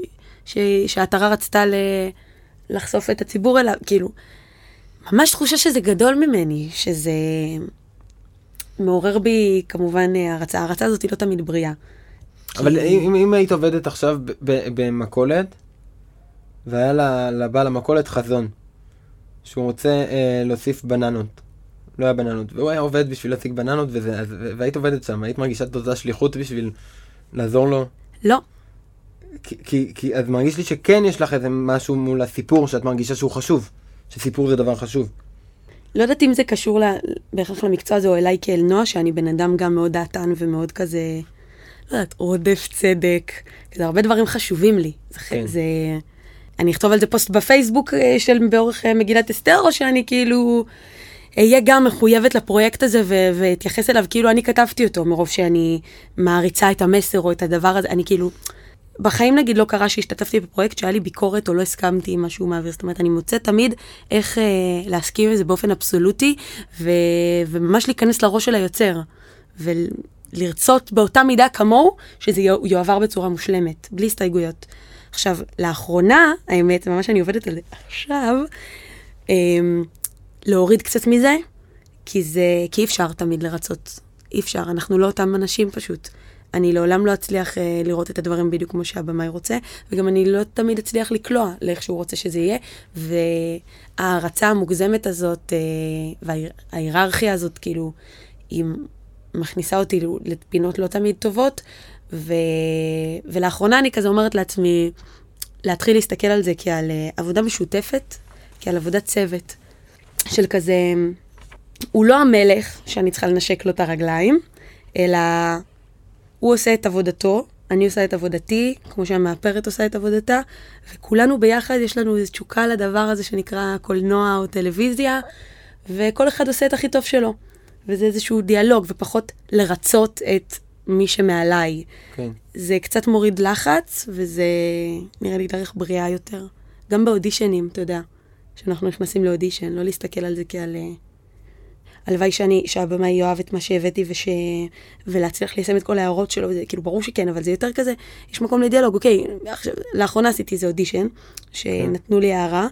שהעטרה רצתה לחשוף את הציבור אליו, כאילו, ממש תחושה שזה גדול ממני, שזה מעורר בי כמובן הרצה, הרצה הזאת היא לא תמיד בריאה. אבל אם, אם היית עובדת עכשיו במקולת, והיה לבעל המקולת חזון, שהוא רוצה אה, להוסיף בננות, לא היה בננות, והוא היה עובד בשביל להשיג בננות, וזה, אז, והיית עובדת שם, היית מרגישה תודה שליחות בשביל לעזור לו? לא. כי, כי, כי אז מרגיש לי שכן יש לך איזה משהו מול הסיפור, שאת מרגישה שהוא חשוב, שסיפור זה דבר חשוב. לא יודעת אם זה קשור לה, בהכרח למקצוע הזה, או אליי כאל נועה, שאני בן אדם גם מאוד דעתן ומאוד כזה, לא יודעת, רודף צדק, זה הרבה דברים חשובים לי. זה, כן. זה, אני אכתוב על זה פוסט בפייסבוק של באורך מגילת אסתר, או שאני כאילו אהיה גם מחויבת לפרויקט הזה ו- ואתייחס אליו כאילו אני כתבתי אותו, מרוב שאני מעריצה את המסר או את הדבר הזה. אני כאילו, בחיים נגיד לא קרה שהשתתפתי בפרויקט שהיה לי ביקורת או לא הסכמתי עם משהו מעביר. זאת אומרת, אני מוצאת תמיד איך אה, להסכים עם זה באופן אבסולוטי, ו- וממש להיכנס לראש של היוצר, ולרצות באותה מידה כמוהו, שזה יועבר בצורה מושלמת, בלי הסתייגויות. עכשיו, לאחרונה, האמת, ממש אני עובדת על זה עכשיו, אה, להוריד קצת מזה, כי זה, כי אי אפשר תמיד לרצות. אי אפשר, אנחנו לא אותם אנשים פשוט. אני לעולם לא אצליח אה, לראות את הדברים בדיוק כמו שהבמאי רוצה, וגם אני לא תמיד אצליח לקלוע לאיך שהוא רוצה שזה יהיה, וההרצה המוגזמת הזאת, אה, וההיררכיה הזאת, כאילו, היא מכניסה אותי לפינות לא תמיד טובות, ו... ולאחרונה אני כזה אומרת לעצמי, להתחיל להסתכל על זה כעל אה, עבודה משותפת, כעל עבודת צוות, של כזה, הוא לא המלך שאני צריכה לנשק לו את הרגליים, אלא הוא עושה את עבודתו, אני עושה את עבודתי, כמו שהמאפרת עושה את עבודתה, וכולנו ביחד יש לנו איזו תשוקה לדבר הזה שנקרא קולנוע או טלוויזיה, וכל אחד עושה את הכי טוב שלו. וזה איזשהו דיאלוג, ופחות לרצות את מי שמעליי. כן. זה קצת מוריד לחץ, וזה נראה לי דרך בריאה יותר. גם באודישנים, אתה יודע, שאנחנו נכנסים לאודישן, לא להסתכל על זה כעל... הלוואי שאני, שהבמאי יאהב את מה שהבאתי, וש... ולהצליח ליישם את כל ההערות שלו, וזה, כאילו, ברור שכן, אבל זה יותר כזה, יש מקום לדיאלוג, אוקיי, עכשיו, לאחרונה עשיתי איזה אודישן, שנתנו לי הערה,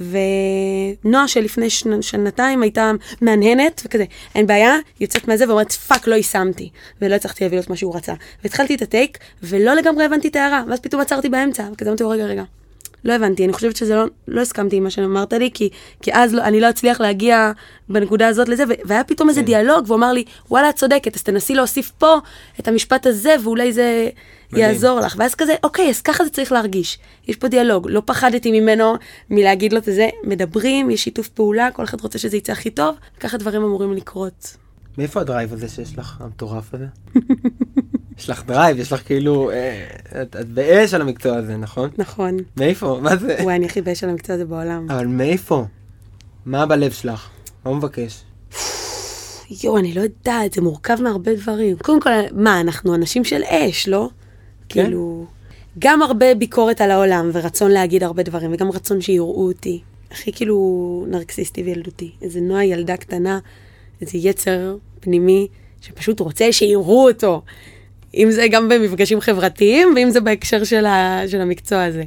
ונועה שלפני שנ... שנתיים הייתה מענהנת, וכזה, אין בעיה, יוצאת מהזה, ואומרת, פאק, לא יישמתי, ולא הצלחתי להביא לו את מה שהוא רצה. והתחלתי את הטייק, ולא לגמרי הבנתי את ההערה, ואז פתאום עצרתי באמצע, וכזה אמרתי, רגע, רגע. לא הבנתי, אני חושבת שזה לא, לא הסכמתי עם מה שאמרת לי, כי, כי אז לא, אני לא אצליח להגיע בנקודה הזאת לזה, והיה פתאום איזה דיאלוג, והוא אמר לי, וואלה, את צודקת, אז תנסי להוסיף פה את המשפט הזה, ואולי זה יעזור לך. ואז כזה, אוקיי, אז ככה זה צריך להרגיש. יש פה דיאלוג, לא פחדתי ממנו מלהגיד לו את זה, מדברים, יש שיתוף פעולה, כל אחד רוצה שזה יצא הכי טוב, ככה דברים אמורים לקרות. מאיפה הדרייב הזה שיש לך, המטורף הזה? יש לך דרייב, יש לך כאילו, את באש על המקצוע הזה, נכון? נכון. מאיפה? מה זה? וואי, אני הכי באש על המקצוע הזה בעולם. אבל מאיפה? מה בלב שלך? מה הוא מבקש? יו, אני לא יודעת, זה מורכב מהרבה דברים. קודם כל, מה, אנחנו אנשים של אש, לא? כן? כאילו, גם הרבה ביקורת על העולם, ורצון להגיד הרבה דברים, וגם רצון שיראו אותי. הכי כאילו נרקסיסטי וילדותי. איזה נועה ילדה קטנה, איזה יצר פנימי, שפשוט רוצה שיראו אותו. אם זה גם במפגשים חברתיים, ואם זה בהקשר של, ה, של המקצוע הזה.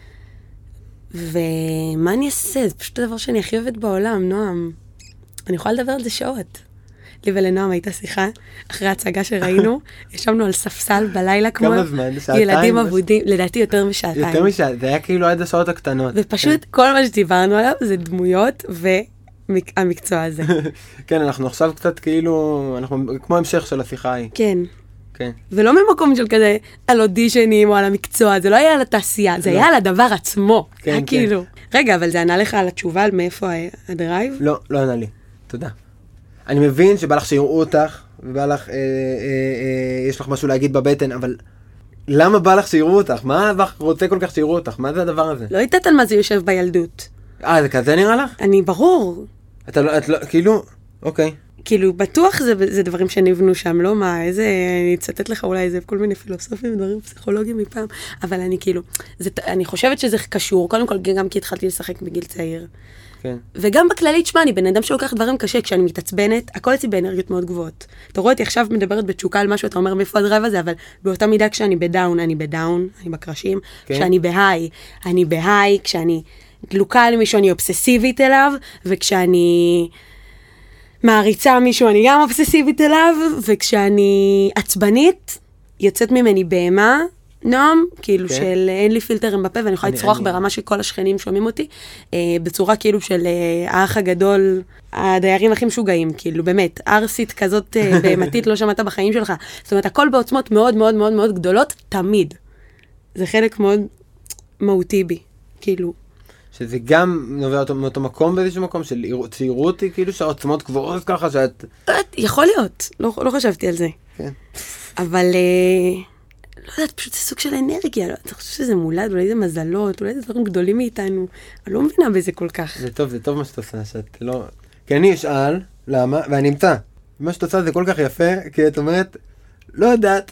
ומה אני אעשה? זה פשוט הדבר שאני הכי אוהבת בעולם, נועם. אני יכולה לדבר על זה שעות. לי ולנועם הייתה שיחה, אחרי ההצגה שראינו, ישבנו על ספסל בלילה כמו... כמה זמן? שעתיים? ילדים עבודים, לדעתי יותר משעתיים. יותר משעתיים, זה היה כאילו עד השעות הקטנות. ופשוט כל מה שדיברנו עליו זה דמויות והמקצוע הזה. כן, אנחנו עכשיו קצת כאילו, אנחנו כמו המשך של השיחה ההיא. כן. כן. ולא ממקום של כזה על אודישנים או על המקצוע, זה לא היה על התעשייה, זה היה על הדבר עצמו. כן, כן. כאילו. רגע, אבל זה ענה לך על התשובה על מאיפה הדרייב? לא, לא ענה לי. תודה. אני מבין שבא לך שיראו אותך, ובא לך, אה, אה, אה, יש לך משהו להגיד בבטן, אבל למה בא לך שיראו אותך? מה בא לך רוצה כל כך שיראו אותך? מה זה הדבר הזה? לא יודעת על מה זה יושב בילדות. אה, זה כזה נראה לך? אני ברור. אתה לא, את לא, כאילו, אוקיי. כאילו, בטוח זה, זה דברים שנבנו שם, לא מה, איזה, אני אצטט לך אולי איזה כל מיני פילוסופים, דברים פסיכולוגיים מפעם, אבל אני כאילו, זה, אני חושבת שזה קשור, קודם כל גם כי התחלתי לשחק בגיל צעיר. כן. וגם בכללית, שמה, אני בן אדם שלוקח דברים קשה, כשאני מתעצבנת, הכל אצלי באנרגיות מאוד גבוהות. אתה רואה אותי עכשיו מדברת בתשוקה על משהו, אתה אומר מאיפה הדרייב הזה, אבל באותה מידה כשאני בדאון, אני בדאון, אני בקרשים, כן. כשאני בהיי, אני בהיי, כשאני דלוקה על מישהו, אני אובססיבית אליו, וכשאני מעריצה מישהו, אני גם אובססיבית אליו, וכשאני עצבנית, יוצאת ממני בהמה, נועם, כאילו כן. של אין לי פילטרים בפה, ואני יכולה אני- לצרוח אני- ברמה שכל השכנים שומעים אותי, אה, בצורה כאילו של אה, האח הגדול, הדיירים הכי משוגעים, כאילו באמת, ארסית כזאת אה, בהמתית לא שמעת בחיים שלך. זאת אומרת, הכל בעוצמות מאוד מאוד מאוד מאוד גדולות, תמיד. זה חלק מאוד מהותי בי, כאילו. שזה גם נובע אותו- מאותו מקום באיזשהו מקום של עיר- צעירות היא כאילו שהעוצמות גבוהות ככה שאת... לא יודעת, יכול להיות, לא, לא חשבתי על זה. כן. אבל, אה, לא יודעת, פשוט זה סוג של אנרגיה, לא, אתה חושב שזה מולד, אולי זה מזלות, אולי זה דברים גדולים מאיתנו, אני לא מבינה בזה כל כך. זה טוב, זה טוב מה שאת עושה, שאת לא... כי אני אשאל, למה, ואני אמצא. מה שאת עושה זה כל כך יפה, כי את אומרת, לא יודעת.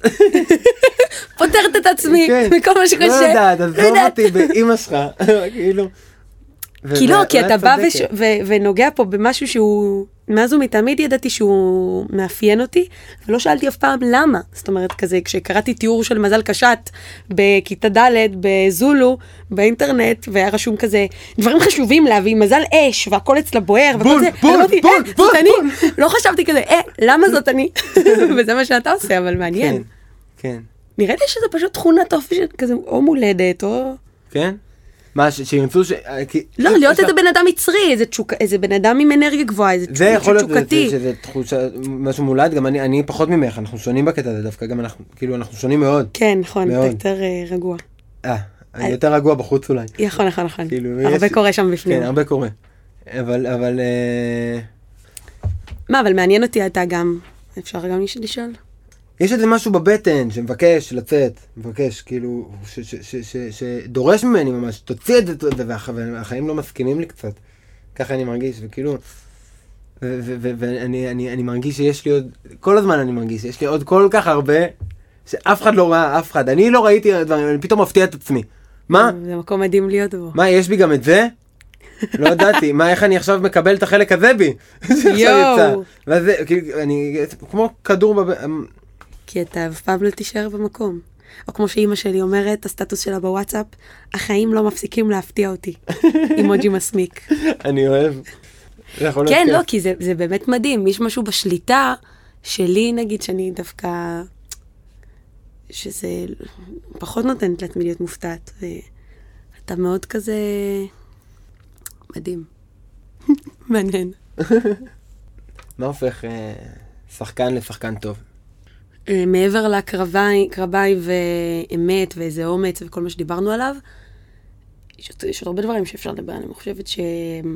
פותרת את עצמי, כן. מכל מה שקשה. לא יודעת, לא עזוב יודעת. אותי באמא שלך, כאילו. ו- כי לא, ו- כי ואת אתה בא צודקת. וש- ו- ונוגע פה במשהו שהוא, מאז ומתמיד ידעתי שהוא מאפיין אותי, ולא שאלתי אף פעם למה. זאת אומרת, כזה, כשקראתי תיאור של מזל קשת בכיתה ד' בזולו, באינטרנט, והיה רשום כזה, דברים חשובים להביא, מזל אש, והכל אצלה בוער, וכל בול, זה, בול, אני אמרתי, בול, אה, בול, זאת אני. בול. לא חשבתי כזה, אה, למה זאת אני? וזה מה שאתה עושה, אבל מעניין. כן, כן, נראה לי שזה פשוט תכונת אופי של כזה, או מולדת, או... כן. מה, ש- שימצאו ש... אה, כי- לא, יש- להיות יש לך- איזה בן אדם מצרי, איזה תשוק- איזה בן אדם עם אנרגיה גבוהה, איזה זה יכול להיות תשוקתי. שזה- שזה תחושה, משהו מולד, גם אני אני פחות ממך, אנחנו שונים בקטע הזה דווקא, גם אנחנו, כאילו, אנחנו שונים מאוד. כן, נכון, אתה מאוד. יותר אה, רגוע. אה, אני יותר רגוע בחוץ אולי. נכון, נכון, נכון. כאילו, הרבה יש- קורה שם בפנים. כן, הרבה קורה. אבל, אבל... אה, מה, אבל מעניין אותי אתה גם, אפשר גם לשאול? יש איזה משהו בבטן שמבקש לצאת, מבקש, כאילו, ש- ש- ש- ש- שדורש ממני ממש, תוציא את זה, זה, והח- והחיים לא מסכימים לי קצת. ככה אני מרגיש, וכאילו, ו- ו- ו- ואני אני- אני מרגיש שיש לי עוד, כל הזמן אני מרגיש שיש לי עוד כל כך הרבה, שאף אחד לא ראה, אף אחד. אני לא ראיתי דברים, אני פתאום מפתיע את עצמי. מה? זה מקום מדהים להיות בו. מה, יש בי גם את זה? לא ידעתי, מה, איך אני עכשיו מקבל את החלק הזה בי? שעכשיו יצא. ואז זה, כאילו, אני, כמו כדור בב... כי אתה אף פעם לא תישאר במקום. או כמו שאימא שלי אומרת, הסטטוס שלה בוואטסאפ, החיים לא מפסיקים להפתיע אותי. אימוג'י מסמיק. אני אוהב. זה יכול להיות כן, כיף. לא, כי זה, זה באמת מדהים. יש משהו בשליטה שלי, נגיד, שאני דווקא... שזה פחות נותנת לעצמי להיות מופתעת. ואתה מאוד כזה... מדהים. מעניין. מה הופך אה, שחקן לשחקן טוב? אה, מעבר לקרבי, קרבי ואמת ואיזה אומץ וכל מה שדיברנו עליו, יש עוד, יש עוד הרבה דברים שאפשר לדבר עליהם. אני חושבת ש...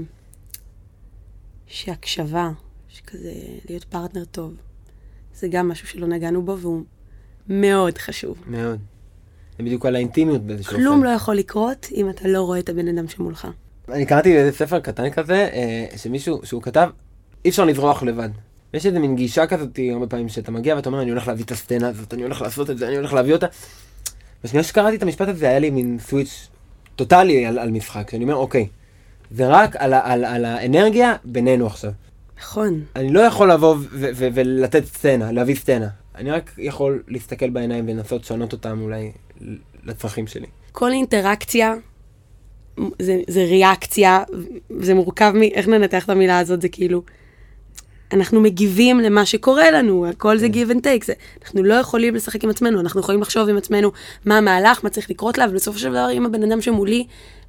שהקשבה, שכזה להיות פרטנר טוב, זה גם משהו שלא נגענו בו והוא מאוד חשוב. מאוד. זה בדיוק על האינטימיות באיזשהו אופן. כלום לא יכול לקרות אם אתה לא רואה את הבן אדם שמולך. אני קראתי איזה ספר קטן כזה, אה, שמישהו, שהוא כתב, אי אפשר לברוח לבד. יש איזה מין גישה כזאת הרבה פעמים שאתה מגיע ואתה אומר, אני הולך להביא את הסצנה הזאת, אני הולך לעשות את זה, אני הולך להביא אותה. בשנייה שקראתי את המשפט הזה, היה לי מין סוויץ' טוטלי על, על משחק, שאני אומר, אוקיי, זה רק על, ה- על, על האנרגיה בינינו עכשיו. נכון. אני לא יכול לבוא ו- ו- ולתת סצנה, להביא סצנה. אני רק יכול להסתכל בעיניים ולנסות לשנות אותם אולי לצרכים שלי. כל אינטראקציה זה, זה ריאקציה, זה מורכב מ... איך ננתח את המילה הזאת? זה כאילו... אנחנו מגיבים למה שקורה לנו, הכל זה give and take, זה, אנחנו לא יכולים לשחק עם עצמנו, אנחנו יכולים לחשוב עם עצמנו מה המהלך, מה צריך לקרות לה, ובסופו של דבר אם הבן אדם שמולי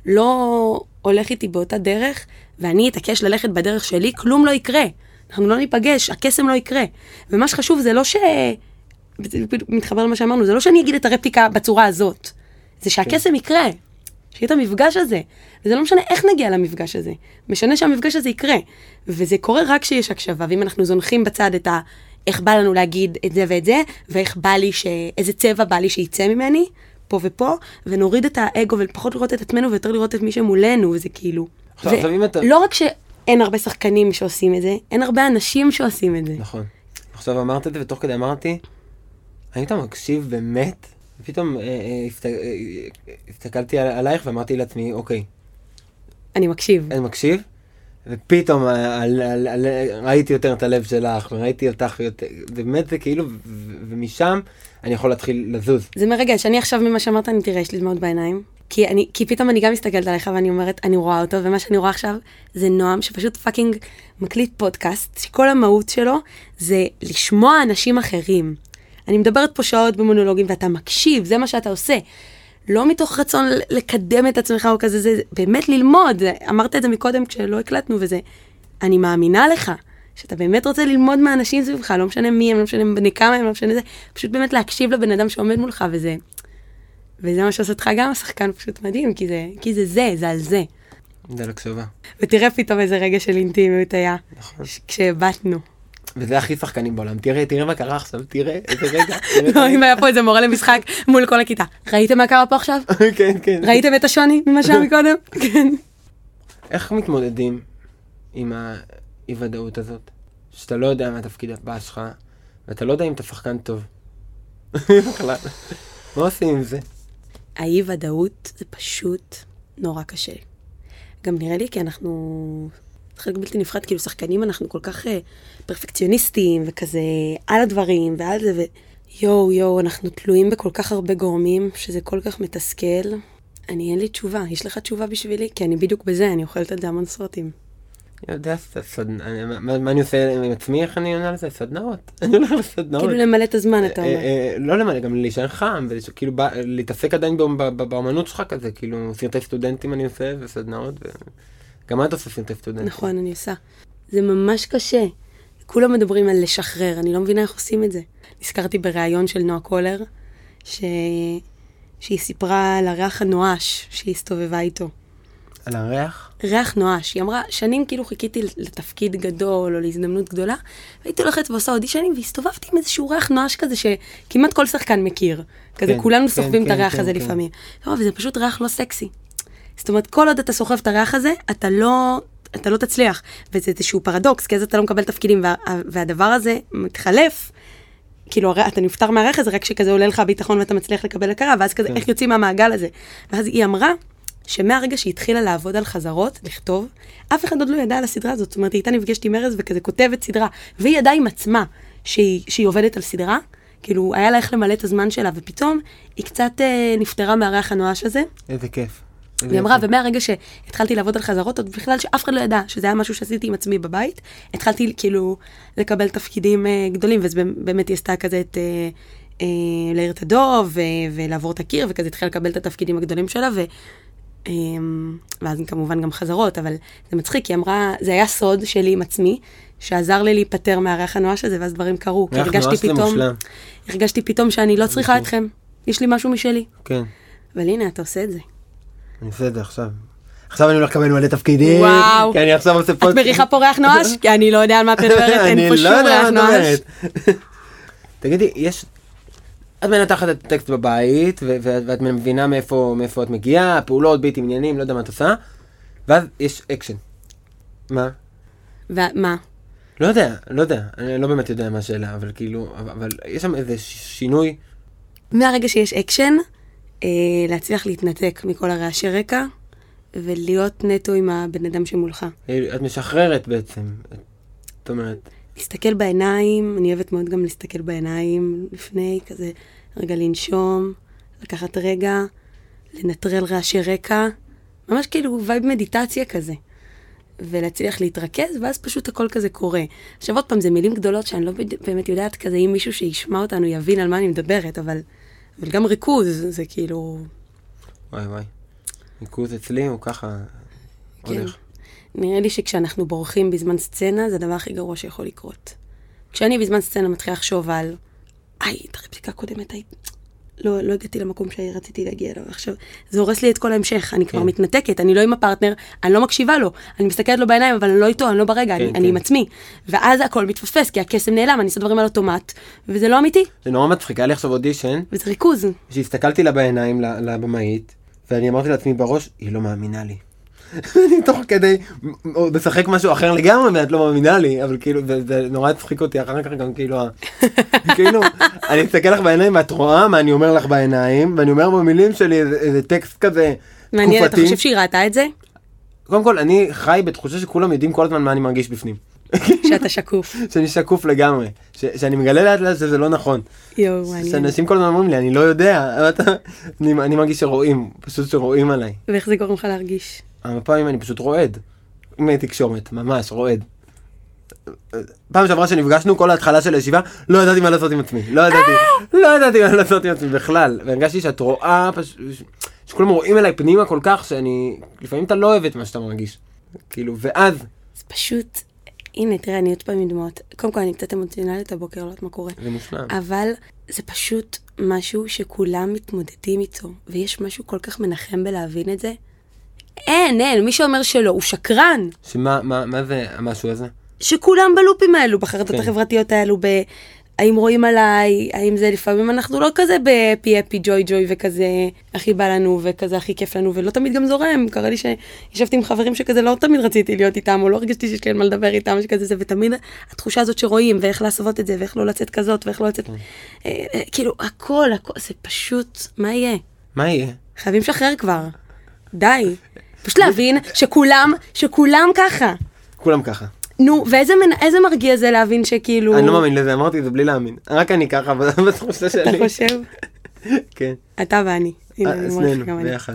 לא הולך איתי באותה דרך, ואני אתעקש ללכת בדרך שלי, כלום לא יקרה. אנחנו לא ניפגש, הקסם לא יקרה. ומה שחשוב זה לא ש... זה מתחבר למה שאמרנו, זה לא שאני אגיד את הרפליקה בצורה הזאת, זה שהקסם יקרה. שיהיה את המפגש הזה, וזה לא משנה איך נגיע למפגש הזה, משנה שהמפגש הזה יקרה, וזה קורה רק כשיש הקשבה, ואם אנחנו זונחים בצד את ה... איך בא לנו להגיד את זה ואת זה, ואיך בא לי ש... איזה צבע בא לי שיצא ממני, פה ופה, ונוריד את האגו, ופחות לראות את עצמנו, ויותר לראות את מי שמולנו, וזה כאילו... עכשיו, עכשיו אם אתה... לא רק שאין הרבה שחקנים שעושים את זה, אין הרבה אנשים שעושים את זה. נכון. עכשיו אמרת את זה, ותוך כדי אמרתי, האם אתה מקשיב באמת? ופתאום אה, אה, הסת... אה, הסתכלתי על, עלייך ואמרתי לעצמי, אוקיי, אני מקשיב. אני מקשיב, ופתאום על, על, על, על, ראיתי יותר את הלב שלך, וראיתי אותך יותר, באמת זה כאילו, ו, ומשם אני יכול להתחיל לזוז. זה מרגש, אני עכשיו ממה שאמרת, אני תראה, יש לי דמעות בעיניים. כי, אני, כי פתאום אני גם מסתכלת עליך ואני אומרת, אני רואה אותו, ומה שאני רואה עכשיו זה נועם, שפשוט פאקינג מקליט פודקאסט, שכל המהות שלו זה לשמוע אנשים אחרים. אני מדברת פה שעות במונולוגים, ואתה מקשיב, זה מה שאתה עושה. לא מתוך רצון לקדם את עצמך או כזה, זה באמת ללמוד. אמרת את זה מקודם כשלא הקלטנו, וזה, אני מאמינה לך, שאתה באמת רוצה ללמוד מהאנשים סביבך, לא משנה מי הם, לא משנה בני כמה הם, לא משנה זה, פשוט באמת להקשיב לבן אדם שעומד מולך, וזה, וזה מה שעושה אותך גם השחקן פשוט מדהים, כי זה, כי זה זה, זה על זה. זה לקשובה. ותראה פתאום איזה רגע של אינטימיות היה, נכון. כשהבטנו. וזה הכי שחקנים בעולם. תראה, תראה מה קרה עכשיו, תראה איזה רגע. לא, אם היה פה איזה מורה למשחק מול כל הכיתה. ראיתם מה קרה פה עכשיו? כן, כן. ראיתם את השוני ממה שהיה מקודם? כן. איך מתמודדים עם האי-ודאות הזאת? שאתה לא יודע מה התפקיד הבא שלך, ואתה לא יודע אם אתה שחקן טוב. מה עושים עם זה? האי-ודאות זה פשוט נורא קשה. גם נראה לי כי אנחנו... חלק בלתי נפרד, כאילו שחקנים אנחנו כל כך uh, פרפקציוניסטים, וכזה על הדברים, ועל זה, ויואו, יואו, אנחנו תלויים בכל כך הרבה גורמים, שזה כל כך מתסכל. אני אין לי תשובה, יש לך תשובה בשבילי? כי אני בדיוק בזה, אני אוכלת את זה המון סרטים. אני יודע, מה אני עושה עם עצמי, איך אני עונה לזה? סדנאות. אני הולך לסדנאות. כאילו למלא את הזמן, אתה אומר. לא למלא, גם להישאר חם, וכאילו להתעסק עדיין באמנות שלך כזה, כאילו סרטי סטודנטים אני עושה, וסדנאות, גם את עושה סרטי סטודנטים. נכון, אני עושה. זה ממש קשה. כולם מדברים על לשחרר, אני לא מבינה איך עושים את זה. נזכרתי בריאיון של נועה קולר, ש... שהיא סיפרה על הריח הנואש שהיא הסתובבה איתו. על הריח? ריח נואש. היא אמרה, שנים כאילו חיכיתי לתפקיד גדול או להזדמנות גדולה, והייתי הולכת ועושה אודישנים, והסתובבתי עם איזשהו ריח נואש כזה שכמעט כל שחקן מכיר. כזה, כן, כולנו כן, סוחבים כן, את הריח כן, הזה כן. לפעמים. לא, וזה פשוט ריח לא סקסי. זאת אומרת, כל עוד אתה סוחב את הריח הזה, אתה לא, אתה לא תצליח. וזה איזשהו פרדוקס, כי אז אתה לא מקבל תפקידים, וה, והדבר הזה מתחלף, כאילו, אתה נפטר מהריח הזה, רק שכזה עולה לך הביטחון ואתה מצליח לקבל הכרה, ואז כזה, איך יוצאים מהמעגל הזה? ואז היא אמרה, שמהרגע שהיא התחילה לעבוד על חזרות, לכתוב, אף אחד עוד לא ידע על הסדרה הזאת. זאת אומרת, היא הייתה נפגשת עם ארז וכזה כותבת סדרה, והיא ידעה עם עצמה שהיא, שהיא עובדת על סדרה, כאילו, היה לה איך למלא את הזמן שלה, ופתאום היא קצת אה, נפטרה מהריח הנואש הזה. איזה כיף. והיא אמרה, ומהרגע שהתחלתי לעבוד על חזרות, עוד בכלל שאף אחד לא ידע שזה היה משהו שעשיתי עם עצמי בבית, התחלתי כאילו לקבל תפקידים אה, גדולים, וזה באמת היא עשתה כזה את... אה, אה, להעיר את הדוב, ו- ולעבור את הקיר, וכזה התחילה לקבל את התפקידים הגדולים שלה, ו... ואז כמובן גם חזרות, אבל זה מצחיק, היא אמרה, זה היה סוד שלי עם עצמי, שעזר לי להיפטר מהריח הנואש הזה, ואז דברים קרו. הרגשתי פתאום, הרגשתי פתאום שאני לא צריכה אתכם, יש לי משהו משלי. כן. אבל הנה, אתה עושה את זה. אני עושה את זה עכשיו. עכשיו אני הולך לקבל מלא תפקידים. וואו. כי אני עכשיו עושה פה... את מריחה פה ריח נואש? כי אני לא יודע על מה את מדברת, אין פה שום ריח נואש. תגידי, יש... את מנתחת את הטקסט בבית, ואת מבינה מאיפה את מגיעה, פעולות, ביטים, עניינים, לא יודע מה את עושה, ואז יש אקשן. מה? ומה? לא יודע, לא יודע, אני לא באמת יודע מה השאלה, אבל כאילו, אבל יש שם איזה שינוי. מהרגע שיש אקשן, להצליח להתנתק מכל הרעשי רקע, ולהיות נטו עם הבן אדם שמולך. את משחררת בעצם, את אומרת. להסתכל בעיניים, אני אוהבת מאוד גם להסתכל בעיניים לפני, כזה רגע לנשום, לקחת רגע, לנטרל רעשי רקע, ממש כאילו וייב מדיטציה כזה, ולהצליח להתרכז, ואז פשוט הכל כזה קורה. עכשיו עוד פעם, זה מילים גדולות שאני לא באמת יודעת כזה, אם מישהו שישמע אותנו יבין על מה אני מדברת, אבל, אבל גם ריכוז, זה כאילו... וואי וואי, ריכוז אצלי הוא ככה כן. הולך. נראה לי שכשאנחנו בורחים בזמן סצנה, זה הדבר הכי גרוע שיכול לקרות. כשאני בזמן סצנה מתחילה לחשוב על, איי, את הרפליקה הקודמת, איי, לא, לא הגעתי למקום שרציתי להגיע אליו. עכשיו, זה הורס לי את כל ההמשך, אני כבר מתנתקת, אני לא עם הפרטנר, אני לא מקשיבה לו, אני מסתכלת לו בעיניים, אבל אני לא איתו, אני לא ברגע, אני, אני עם עצמי. ואז הכל מתפספס, כי הקסם נעלם, אני עושה דברים על אוטומט, וזה לא אמיתי. זה נורא מצחיק, היה לי עכשיו אודישן. וזה ריכוז. שהסתכלתי לה בעיניים, לבמאית, ואני אמרתי לעצמי בראש, היא לא מאמינה לי. אני תוך כדי, משחק משהו אחר לגמרי, ואת לא מאמינה לי, אבל כאילו, זה נורא הצחיק אותי, אחר כך גם כאילו, כאילו, אני אסתכל לך בעיניים, ואת רואה מה אני אומר לך בעיניים, ואני אומר במילים שלי איזה טקסט כזה, תקופתי. מעניין, אתה חושב שהיא ראתה את זה? קודם כל, אני חי בתחושה שכולם יודעים כל הזמן מה אני מרגיש בפנים. שאתה שקוף. שאני שקוף לגמרי, שאני מגלה לאט לאט שזה לא נכון. יואו, מעניין. שאנשים כל הזמן אומרים לי, אני לא יודע, אני מרגיש שרואים, פשוט שרואים עליי. ואיך זה גורם לך להרגיש? הרבה פעמים אני פשוט רועד, עם תקשורת, ממש רועד. פעם שעברה שנפגשנו, כל ההתחלה של הישיבה, לא ידעתי מה לעשות עם עצמי. לא ידעתי, לא ידעתי מה לעשות עם עצמי בכלל. והרגשתי שאת רואה, שכולם רואים אליי פנימה כל כך, שאני, לפעמים אתה לא אוהב את מה שאתה מרגיש. כאילו, ואז... זה פשוט, הנה, תראה, אני עוד פעם מדמעות. קודם כל, אני קצת אמוציונלית הבוקר, לא יודעת מה קורה. זה מושלם. אבל זה פשוט משהו שכולם מתמודדים איתו, ויש משהו כל כך מנחם בלהבין את זה. אין, אין, מי שאומר שלא, הוא שקרן. שמה, מה, מה זה המשהו הזה? שכולם בלופים האלו, בחרדות כן. החברתיות האלו, ב... האם רואים עליי, האם זה לפעמים אנחנו לא כזה בפי אפי ג'וי ג'וי וכזה הכי בא לנו וכזה הכי כיף לנו, ולא תמיד גם זורם. קרה לי שישבתי עם חברים שכזה לא תמיד רציתי להיות איתם, או לא הרגשתי שיש לי מה לדבר איתם, שכזה זה, ותמיד התחושה הזאת שרואים, ואיך לעשות את זה, ואיך לא לצאת כזאת, ואיך לא לצאת... אה, אה, כאילו, הכל, הכל, זה פשוט, מה יהיה? מה יהיה? חייבים לשחרר כבר. די. פשוט להבין שכולם, שכולם ככה. כולם ככה. נו, ואיזה איזה מרגיע זה להבין שכאילו... אני לא מאמין לזה, אמרתי את זה בלי להאמין. רק אני ככה, בתחושה שלי. אתה חושב? כן. אתה ואני. שנינו, ביחד.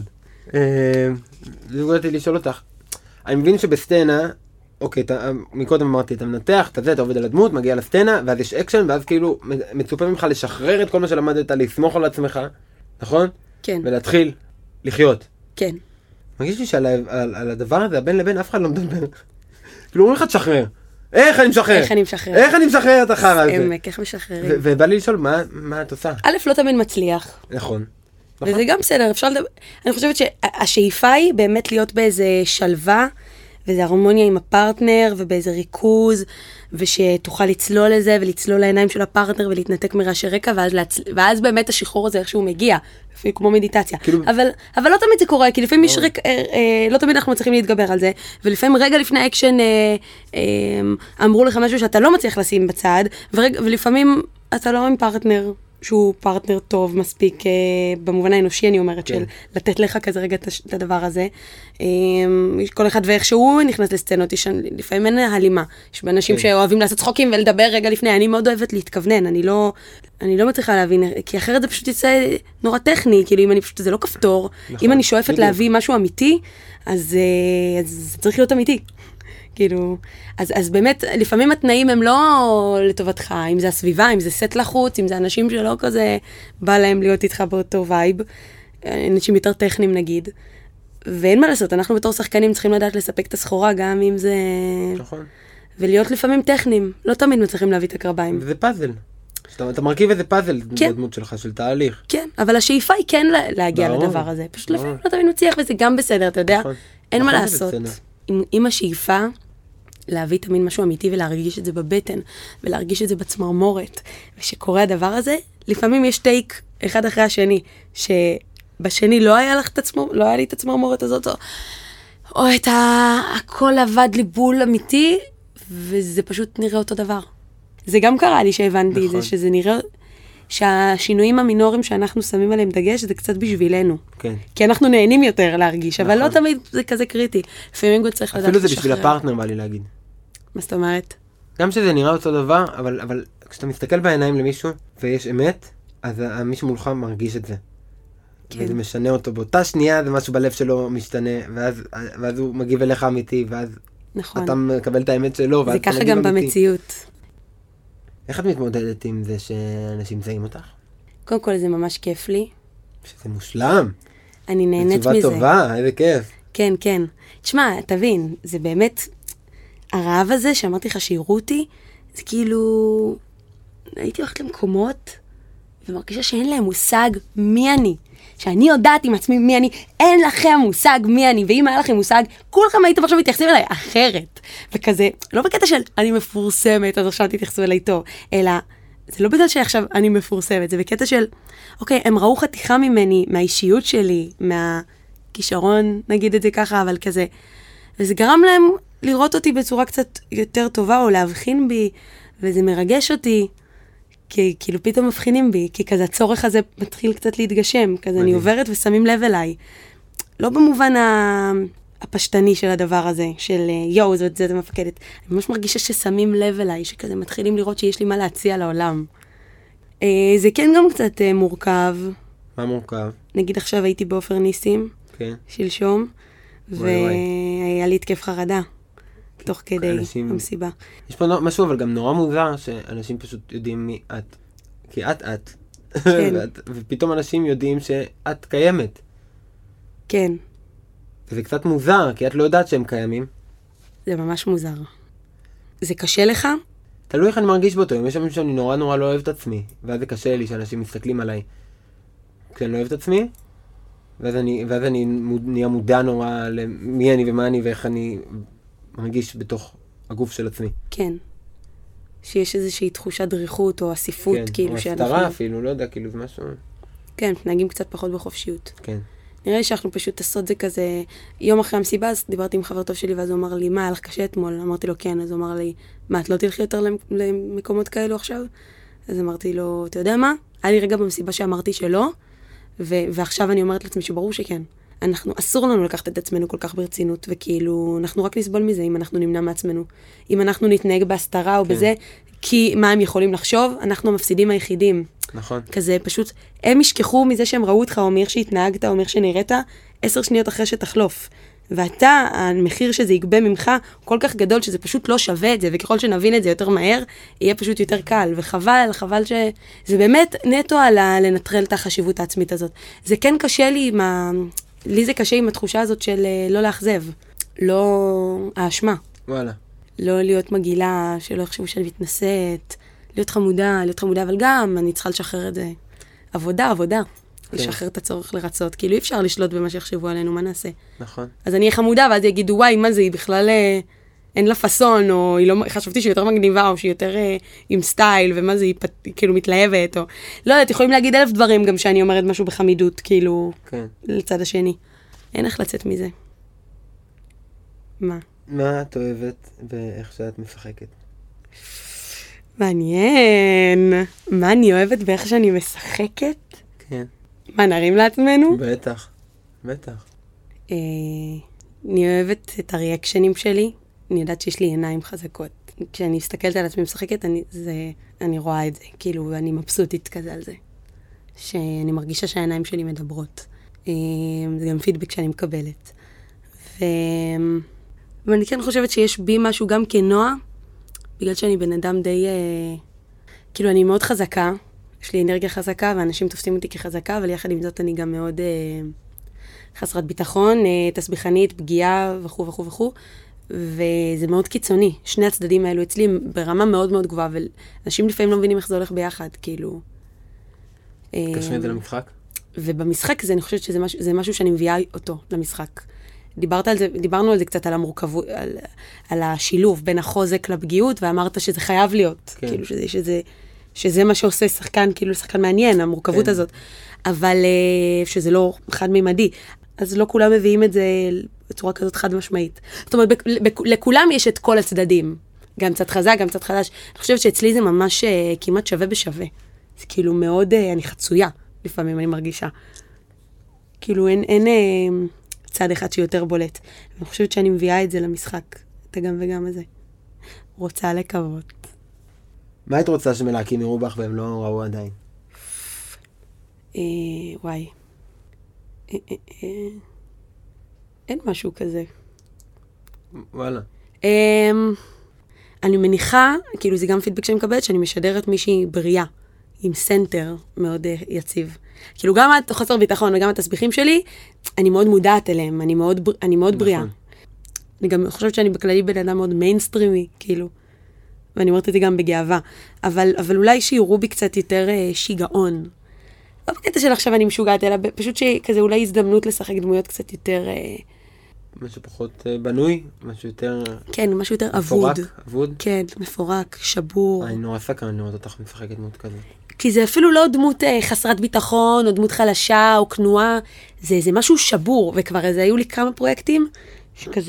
זוגתי לשאול אותך. אני מבין שבסצנה, אוקיי, מקודם אמרתי, אתה מנתח, אתה זה, אתה עובד על הדמות, מגיע לסצנה, ואז יש אקשן, ואז כאילו מצופה ממך לשחרר את כל מה שלמדת, לסמוך על עצמך, נכון? כן. ולהתחיל לחיות. כן. מרגיש לי שעל הדבר הזה, הבין לבין, אף אחד לא מדבר. כאילו, אומרים לך תשחרר. איך אני משחרר? איך אני משחרר? איך אני משחרר את החרא הזה? עמק, איך משחררים? ובא לי לשאול, מה את עושה? א', לא תמיד מצליח. נכון. וזה גם בסדר, אפשר לדבר... אני חושבת שהשאיפה היא באמת להיות באיזה שלווה, ואיזה הרמוניה עם הפרטנר, ובאיזה ריכוז, ושתוכל לצלול לזה, ולצלול לעיניים של הפרטנר, ולהתנתק מרעשי רקע, ואז, להצ... ואז באמת השחרור הזה איכשהו מגיע, כמו מדיטציה. כאילו... אבל, אבל לא תמיד זה קורה, כי לפעמים יש רק... אה, אה, לא תמיד אנחנו מצליחים להתגבר על זה, ולפעמים רגע לפני האקשן אה, אה, אמרו לך משהו שאתה לא מצליח לשים בצד, ורגע, ולפעמים אתה לא עם פרטנר, שהוא פרטנר טוב מספיק, אה, במובן האנושי אני אומרת, כן. של לתת לך כזה רגע את הדבר הזה. אה, כל אחד ואיך שהוא נכנס לסצנות, יש, לפעמים אין הלימה. יש באנשים כן. שאוהבים לעשות צחוקים ולדבר רגע לפני, אני מאוד אוהבת להתכוונן, אני לא, אני לא מצליחה להבין, כי אחרת זה פשוט יצא נורא טכני, כאילו אם אני פשוט, זה לא כפתור, נכון. אם אני שואפת בדיוק. להביא משהו אמיתי, אז, אה, אז זה צריך להיות אמיתי. כאילו, אז, אז באמת, לפעמים התנאים הם לא לטובתך, אם זה הסביבה, אם זה סט לחוץ, אם זה אנשים שלא כזה בא להם להיות איתך באותו וייב, אנשים יותר טכניים נגיד, ואין מה לעשות, אנחנו בתור שחקנים צריכים לדעת לספק את הסחורה, גם אם זה... נכון. ולהיות לפעמים טכניים, לא תמיד מצליחים להביא את הקרביים. וזה פאזל. אתה, אתה מרכיב איזה פאזל כן. בדמות שלך, של תהליך. כן, אבל השאיפה היא כן להגיע ברור. לדבר הזה, פשוט ברור. לפעמים לא תמיד מצליח, וזה גם בסדר, אתה יודע, נכון. אין נכון מה לעשות. עם, עם השאיפה, להביא תמיד משהו אמיתי ולהרגיש את זה בבטן, ולהרגיש את זה בצמרמורת. ושקורה הדבר הזה, לפעמים יש טייק אחד אחרי השני, שבשני לא היה לך את הצמר, לא היה לי את הצמרמורת הזאת, או, או את ה... הכל עבד לי בול אמיתי, וזה פשוט נראה אותו דבר. זה גם קרה לי שהבנתי נכון. את זה, שזה נראה... שהשינויים המינוריים שאנחנו שמים עליהם דגש, זה קצת בשבילנו. כן. כי אנחנו נהנים יותר להרגיש, נכון. אבל לא תמיד זה כזה קריטי. לפעמים גם צריך לדעת אפילו זה בשביל הפרטנר, בא לי להגיד. מה זאת אומרת? גם שזה נראה אותו דבר, אבל, אבל כשאתה מסתכל בעיניים למישהו, ויש אמת, אז מישהו מולך מרגיש את זה. כן. וזה משנה אותו. באותה שנייה זה משהו בלב שלו משתנה, ואז, ואז הוא מגיב אליך אמיתי, ואז נכון. אתה מקבל את האמת שלו, זה ככה גם אמיתי. במציאות. איך את מתמודדת עם זה שאנשים זהים אותך? קודם כל זה ממש כיף לי. שזה מושלם. אני נהנית מזה. תשובה טובה, איזה כיף. כן, כן. תשמע, תבין, זה באמת, הרעב הזה שאמרתי לך שיראו אותי, זה כאילו, הייתי הולכת למקומות, ומרגישה שאין להם מושג מי אני. שאני יודעת עם עצמי מי אני, אין לכם מושג מי אני, ואם היה לכם מושג, כולכם הייתם עכשיו מתייחסים אליי אחרת. וכזה, לא בקטע של אני מפורסמת, אז עכשיו תתייחסו אליי טוב, אלא, זה לא בגלל שעכשיו אני מפורסמת, זה בקטע של, אוקיי, הם ראו חתיכה ממני, מהאישיות שלי, מהכישרון, נגיד את זה ככה, אבל כזה, וזה גרם להם לראות אותי בצורה קצת יותר טובה, או להבחין בי, וזה מרגש אותי. כי כאילו פתאום מבחינים בי, כי כזה הצורך הזה מתחיל קצת להתגשם, כזה אני עוברת ושמים לב אליי. לא במובן הפשטני של הדבר הזה, של יואו, זאת זה מפקדת. אני ממש מרגישה ששמים לב אליי, שכזה מתחילים לראות שיש לי מה להציע לעולם. זה כן גם קצת מורכב. מה מורכב? נגיד עכשיו הייתי באופר ניסים, שלשום, והיה לי התקף חרדה. תוך כדי אנשים... המסיבה. יש פה משהו, אבל גם נורא מוזר, שאנשים פשוט יודעים מי את. כי את את. כן. ואת, ופתאום אנשים יודעים שאת קיימת. כן. וזה קצת מוזר, כי את לא יודעת שהם קיימים. זה ממש מוזר. זה קשה לך? תלוי איך אני מרגיש באותו. אם יש שם שאני נורא נורא לא אוהב את עצמי, ואז זה קשה לי שאנשים מסתכלים עליי כשאני לא אוהב את עצמי, ואז אני, ואז אני נהיה מודע נורא למי אני ומה אני ואיך אני מרגיש בתוך הגוף של עצמי. כן. שיש איזושהי תחושת דריכות או אסיפות, כן, כאילו או שאנחנו... הסתרה אפילו, לא יודע, כאילו זה משהו... כן, מתנהגים קצת פחות בחופשיות. כן. נראה לי שאנחנו פשוט עשות זה כזה, יום אחרי המסיבה, אז דיברתי עם חבר טוב שלי, ואז הוא אמר לי, מה, היה לך קשה אתמול? אמרתי לו, כן, אז הוא אמר לי, מה, את לא תלכי יותר למקומות כאלו עכשיו? אז אמרתי לו, אתה יודע מה? היה לי רגע במסיבה שאמרתי שלא, ו- ועכשיו אני אומרת לעצמי שברור שכן. אנחנו, אסור לנו לקחת את עצמנו כל כך ברצינות, וכאילו, אנחנו רק נסבול מזה אם אנחנו נמנע מעצמנו. אם אנחנו נתנהג בהסתרה או כן. בזה, כי מה הם יכולים לחשוב? אנחנו המפסידים היחידים. נכון. כזה פשוט, הם ישכחו מזה שהם ראו אותך, או מאיך שהתנהגת, או מאיך שנראית, עשר שניות אחרי שתחלוף. ואתה, המחיר שזה יגבה ממך, הוא כל כך גדול שזה פשוט לא שווה את זה, וככל שנבין את זה יותר מהר, יהיה פשוט יותר קל. וחבל, חבל ש... זה באמת נטו על לנטרל את החשיבות העצמית הזאת. זה כן קשה לי עם ה... לי זה קשה עם התחושה הזאת של לא לאכזב. לא האשמה. וואלה. לא להיות מגעילה, שלא יחשבו שאני מתנשאת. להיות חמודה, להיות חמודה, אבל גם אני צריכה לשחרר את זה. עבודה, עבודה. כן. לשחרר את הצורך לרצות. כאילו אי אפשר לשלוט במה שיחשבו עלינו, מה נעשה? נכון. אז אני אהיה חמודה, ואז יגידו, וואי, מה זה, היא בכלל אה, אין לה פסון, או היא לא, חשבתי שהיא יותר מגניבה, או שהיא יותר אה, עם סטייל, ומה זה, היא פת, כאילו מתלהבת, או... לא יודעת, יכולים להגיד אלף דברים גם שאני אומרת משהו בחמידות, כאילו, כן. לצד השני. אין איך לצאת מזה. מה? מה את אוהבת באיך שאת משחקת? מעניין. מה אני אוהבת באיך שאני משחקת? כן. מה, נרים לעצמנו? בטח. בטח. אה, אני אוהבת את הריאקשנים שלי. אני יודעת שיש לי עיניים חזקות. כשאני מסתכלת על עצמי משחקת, אני, זה, אני רואה את זה. כאילו, אני מבסוטית כזה על זה. שאני מרגישה שהעיניים שלי מדברות. אה, זה גם פידבק שאני מקבלת. ו... ואני כן חושבת שיש בי משהו גם כנועה, בגלל שאני בן אדם די... אה, כאילו, אני מאוד חזקה, יש לי אנרגיה חזקה, ואנשים תופסים אותי כחזקה, אבל יחד עם זאת אני גם מאוד אה, חסרת ביטחון, אה, תסביכנית, פגיעה וכו' וכו' וכו', וזה מאוד קיצוני. שני הצדדים האלו אצלי ברמה מאוד מאוד גבוהה, ואנשים לפעמים לא מבינים איך זה הולך ביחד, כאילו... קשרים את זה למשחק? ובמשחק זה, אני חושבת שזה משהו, זה משהו שאני מביאה אותו למשחק. דיברת על זה, דיברנו על זה קצת, על המורכבות, על, על השילוב בין החוזק לפגיעות, ואמרת שזה חייב להיות. כן. כאילו שזה, שזה, שזה מה שעושה שחקן, כאילו שחקן מעניין, המורכבות כן. הזאת. אבל שזה לא חד-מימדי. אז לא כולם מביאים את זה בצורה כזאת חד-משמעית. זאת אומרת, בכ, בכ, לכולם יש את כל הצדדים. גם צד חזק, גם צד חדש. אני חושבת שאצלי זה ממש כמעט שווה בשווה. זה כאילו מאוד, אני חצויה, לפעמים אני מרגישה. כאילו אין... אין צד אחד שיותר בולט. אני חושבת שאני מביאה את זה למשחק, את הגם וגם הזה. רוצה לקוות. מה היית רוצה שמלהקים יראו בך והם לא ראו עדיין? אה, וואי. אה, אה, אה. אין משהו כזה. וואלה. אה, אני מניחה, כאילו זה גם פידבק שאני מקבלת, שאני משדרת מישהי בריאה, עם סנטר מאוד uh, יציב. כאילו גם חוסר ביטחון וגם התסביכים שלי, אני מאוד מודעת אליהם, אני מאוד, אני מאוד בריאה. נכון. אני גם חושבת שאני בכללי בן אדם מאוד מיינסטרימי, כאילו, ואני אומרת את זה גם בגאווה. אבל, אבל אולי שיראו בי קצת יותר uh, שיגעון. לא בקטע של עכשיו אני משוגעת, אלא פשוט שכזה אולי הזדמנות לשחק דמויות קצת יותר... Uh, משהו פחות uh, בנוי, משהו יותר... כן, משהו יותר מפורק, אבוד. אבוד? כן, מפורק, שבור. אני נורא סקרן לראות אותך משחקת דמות כזאת. כי זה אפילו לא דמות אה, חסרת ביטחון, או דמות חלשה, או כנועה, זה, זה משהו שבור, וכבר איזה היו לי כמה פרויקטים, שכזה,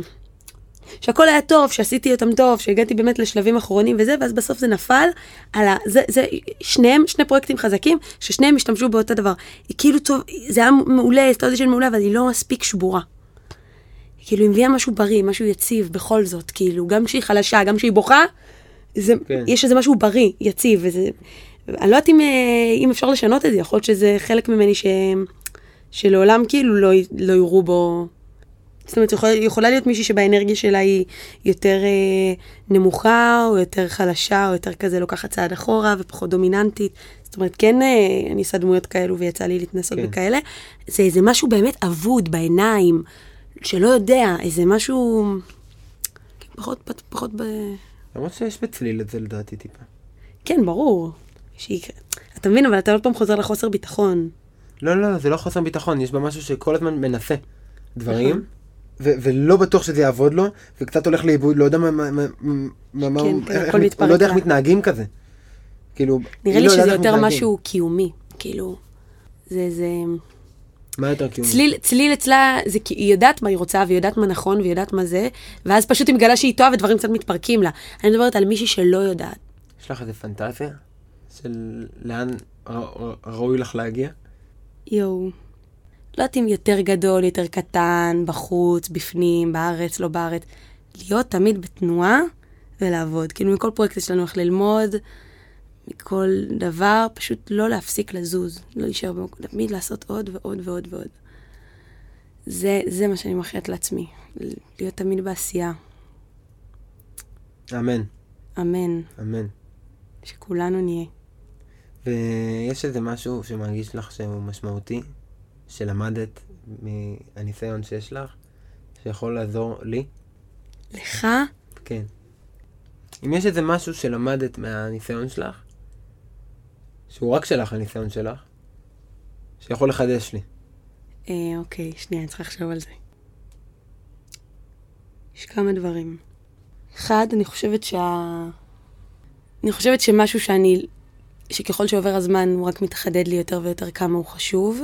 שהכל היה טוב, שעשיתי אותם טוב, שהגעתי באמת לשלבים אחרונים וזה, ואז בסוף זה נפל, על ה... זה, זה, שניהם, שני פרויקטים חזקים, ששניהם השתמשו באותו דבר. כאילו טוב, זה היה מעולה, סטודיה של מעולה, אבל היא לא מספיק שבורה. כאילו, היא מביאה משהו בריא, משהו יציב, בכל זאת, כאילו, גם כשהיא חלשה, גם כשהיא בוכה, זה, כן. יש איזה משהו בריא, יציב, וזה... אני לא יודעת אם, אם אפשר לשנות את זה, יכול להיות שזה חלק ממני ש, שלעולם כאילו לא, לא יראו בו זאת אומרת, יכולה, יכולה להיות מישהי שבאנרגיה שלה היא יותר אה, נמוכה, או יותר חלשה, או יותר כזה לוקחת צעד אחורה, ופחות דומיננטית. זאת אומרת, כן, אה, אני עושה דמויות כאלו, ויצא לי להתנסות כן. בכאלה. זה איזה משהו באמת אבוד בעיניים, שלא יודע, איזה משהו... פחות, פחות, פחות ב... למרות שיש בצליל את זה לדעתי טיפה. כן, ברור. שיקרה. אתה מבין, אבל אתה עוד פעם חוזר לחוסר ביטחון. לא, לא, זה לא חוסר ביטחון, יש בה משהו שכל הזמן מנסה דברים, ו- ולא בטוח שזה יעבוד לו, וקצת הולך לאיבוד, לא יודע מה, מה, מה, מה, כן, איך, הכל איך, לא יודע איך מתנהגים כזה. כאילו, נראה לי לא שזה יותר משהו קיומי, כאילו, זה, זה... מה יותר קיומי? צליל, צליל אצלה, זה כי היא יודעת מה היא רוצה, והיא יודעת מה נכון, והיא יודעת מה זה, ואז פשוט היא מגלה שהיא טועה, ודברים קצת מתפרקים לה. אני מדברת על מישהי שלא יודעת. יש לך איזה פנטזיה? של לאן ראוי לך להגיע? יואו. לא יודעת אם יותר גדול, יותר קטן, בחוץ, בפנים, בארץ, לא בארץ. להיות תמיד בתנועה ולעבוד. כאילו מכל פרויקט יש לנו איך ללמוד, מכל דבר, פשוט לא להפסיק לזוז. לא להישאר במקום, תמיד לעשות עוד ועוד ועוד ועוד. זה, זה מה שאני מאחלת לעצמי. להיות תמיד בעשייה. אמן. אמן. אמן. שכולנו נהיה. ויש איזה משהו שמרגיש לך שהוא משמעותי, שלמדת מהניסיון שיש לך, שיכול לעזור לי? לך? כן. אם יש איזה משהו שלמדת מהניסיון שלך, שהוא רק שלך, הניסיון שלך, שיכול לחדש לי. אה, אוקיי, שנייה, אני צריכה לחשוב על זה. יש כמה דברים. אחד, אני חושבת שה... אני חושבת שמשהו שאני... שככל שעובר הזמן הוא רק מתחדד לי יותר ויותר כמה הוא חשוב.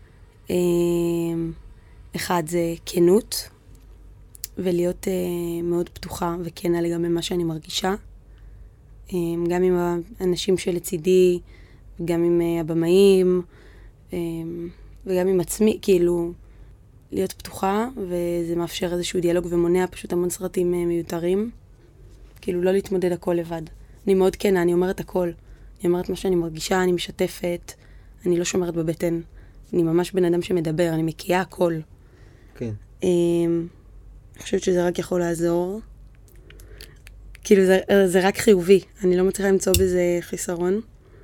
אחד זה כנות, ולהיות מאוד פתוחה וכנה לגבי מה שאני מרגישה. גם עם האנשים שלצידי, גם עם הבמאים, וגם עם עצמי, כאילו, להיות פתוחה, וזה מאפשר איזשהו דיאלוג ומונע פשוט המון סרטים מיותרים. כאילו, לא להתמודד הכל לבד. אני מאוד כנה, אני אומרת הכל. אני אומרת מה שאני מרגישה, אני משתפת, אני לא שומרת בבטן. אני ממש בן אדם שמדבר, אני מקיאה הכל. כן. אני חושבת שזה רק יכול לעזור. כאילו, זה, זה רק חיובי. אני לא מצליחה למצוא בזה חיסרון.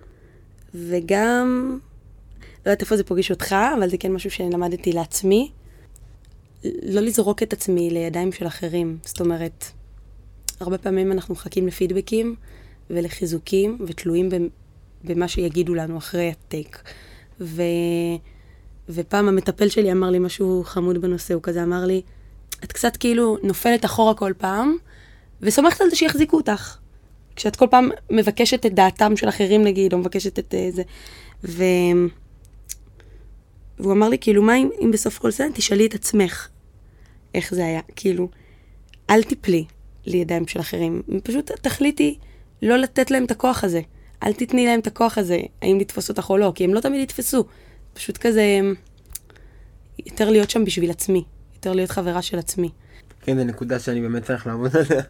וגם, לא יודעת איפה זה פוגש אותך, אבל זה כן משהו שלמדתי לעצמי. לא לזרוק את עצמי לידיים של אחרים. זאת אומרת, הרבה פעמים אנחנו מחכים לפידבקים, ולחיזוקים, ותלויים במה שיגידו לנו אחרי הטייק. ו... ופעם המטפל שלי אמר לי משהו חמוד בנושא, הוא כזה אמר לי, את קצת כאילו נופלת אחורה כל פעם, וסומכת על זה שיחזיקו אותך. כשאת כל פעם מבקשת את דעתם של אחרים נגיד, או מבקשת את זה. ו... והוא אמר לי, כאילו, מה אם, אם בסוף כל זה תשאלי את עצמך איך זה היה? כאילו, אל תיפלי לידיים של אחרים. פשוט תחליטי לא לתת להם את הכוח הזה. אל תתני להם את הכוח הזה, האם לתפוס אותך או לא, כי הם לא תמיד יתפסו. פשוט כזה, יותר להיות שם בשביל עצמי. יותר להיות חברה של עצמי. כן, זו נקודה שאני באמת צריך לעמוד עליה.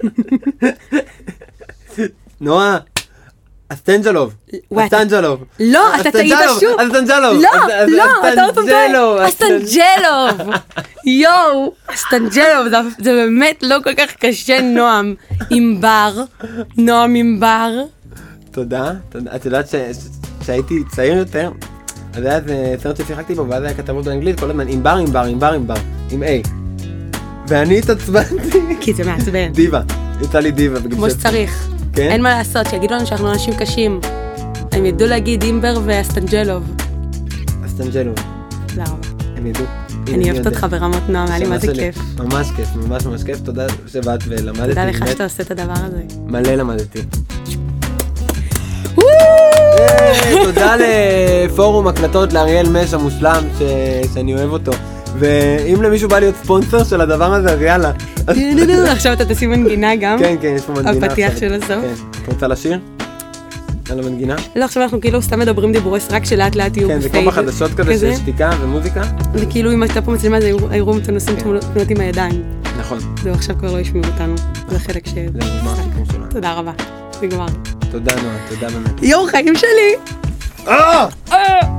נועה, אסטנג'לוב. אסטנג'לוב. לא, אתה טעית שוב. אסטנג'לוב. לא, לא, אתה עוד פעם טועה. אסטנג'לוב. יואו, אסטנג'לוב. זה באמת לא כל כך קשה, נועם עם בר. נועם עם בר. תודה. את יודעת שהייתי צעיר יותר, אז היה איזה סרט ששיחקתי בו, ואז היה כתבות באנגלית כל הזמן עם בר, עם בר, עם בר, עם בר, עם A. ואני התעצבנתי. כי זה מעצבן. דיבה. יצא לי דיבה. כמו שצריך. כן? אין מה לעשות, שיגידו לנו שאנחנו אנשים קשים. הם ידעו להגיד אימבר ואסטנג'לוב. אסטנג'לוב. תודה רבה. הם ידעו. אני אוהבת אותך ברמות נועם, היה לי מה זה כיף. ממש כיף, ממש ממש כיף. תודה שבאת ולמדתי. תודה לך שאתה עושה את הדבר הזה. מלא למדתי. תודה לפורום הקלטות, לאריאל מש המושלם, שאני אוהב אותו. ואם למישהו בא להיות ספונסר של הדבר הזה, אז יאללה. עכשיו אתה תשים מנגינה גם? כן, כן, יש פה מנגינה. הפתיח של הסוף. כן. את רוצה לשיר? על המנגינה? לא, עכשיו אנחנו כאילו סתם מדברים דיבורי סרק שלאט לאט יהיו בפייד. כן, זה כמו בחדשות כזה של שתיקה ומוזיקה. וכאילו אם הייתה פה מצלמה, זה הירו את הנושאים תמונות עם הידיים. נכון. זהו, עכשיו כבר לא ישמעו אותנו. זה חלק ש... זה נגמר הסיפור שלנו. תודה רבה. נגמר. תודה נועה, תודה באמת. יור חיים שלי! אה! אה!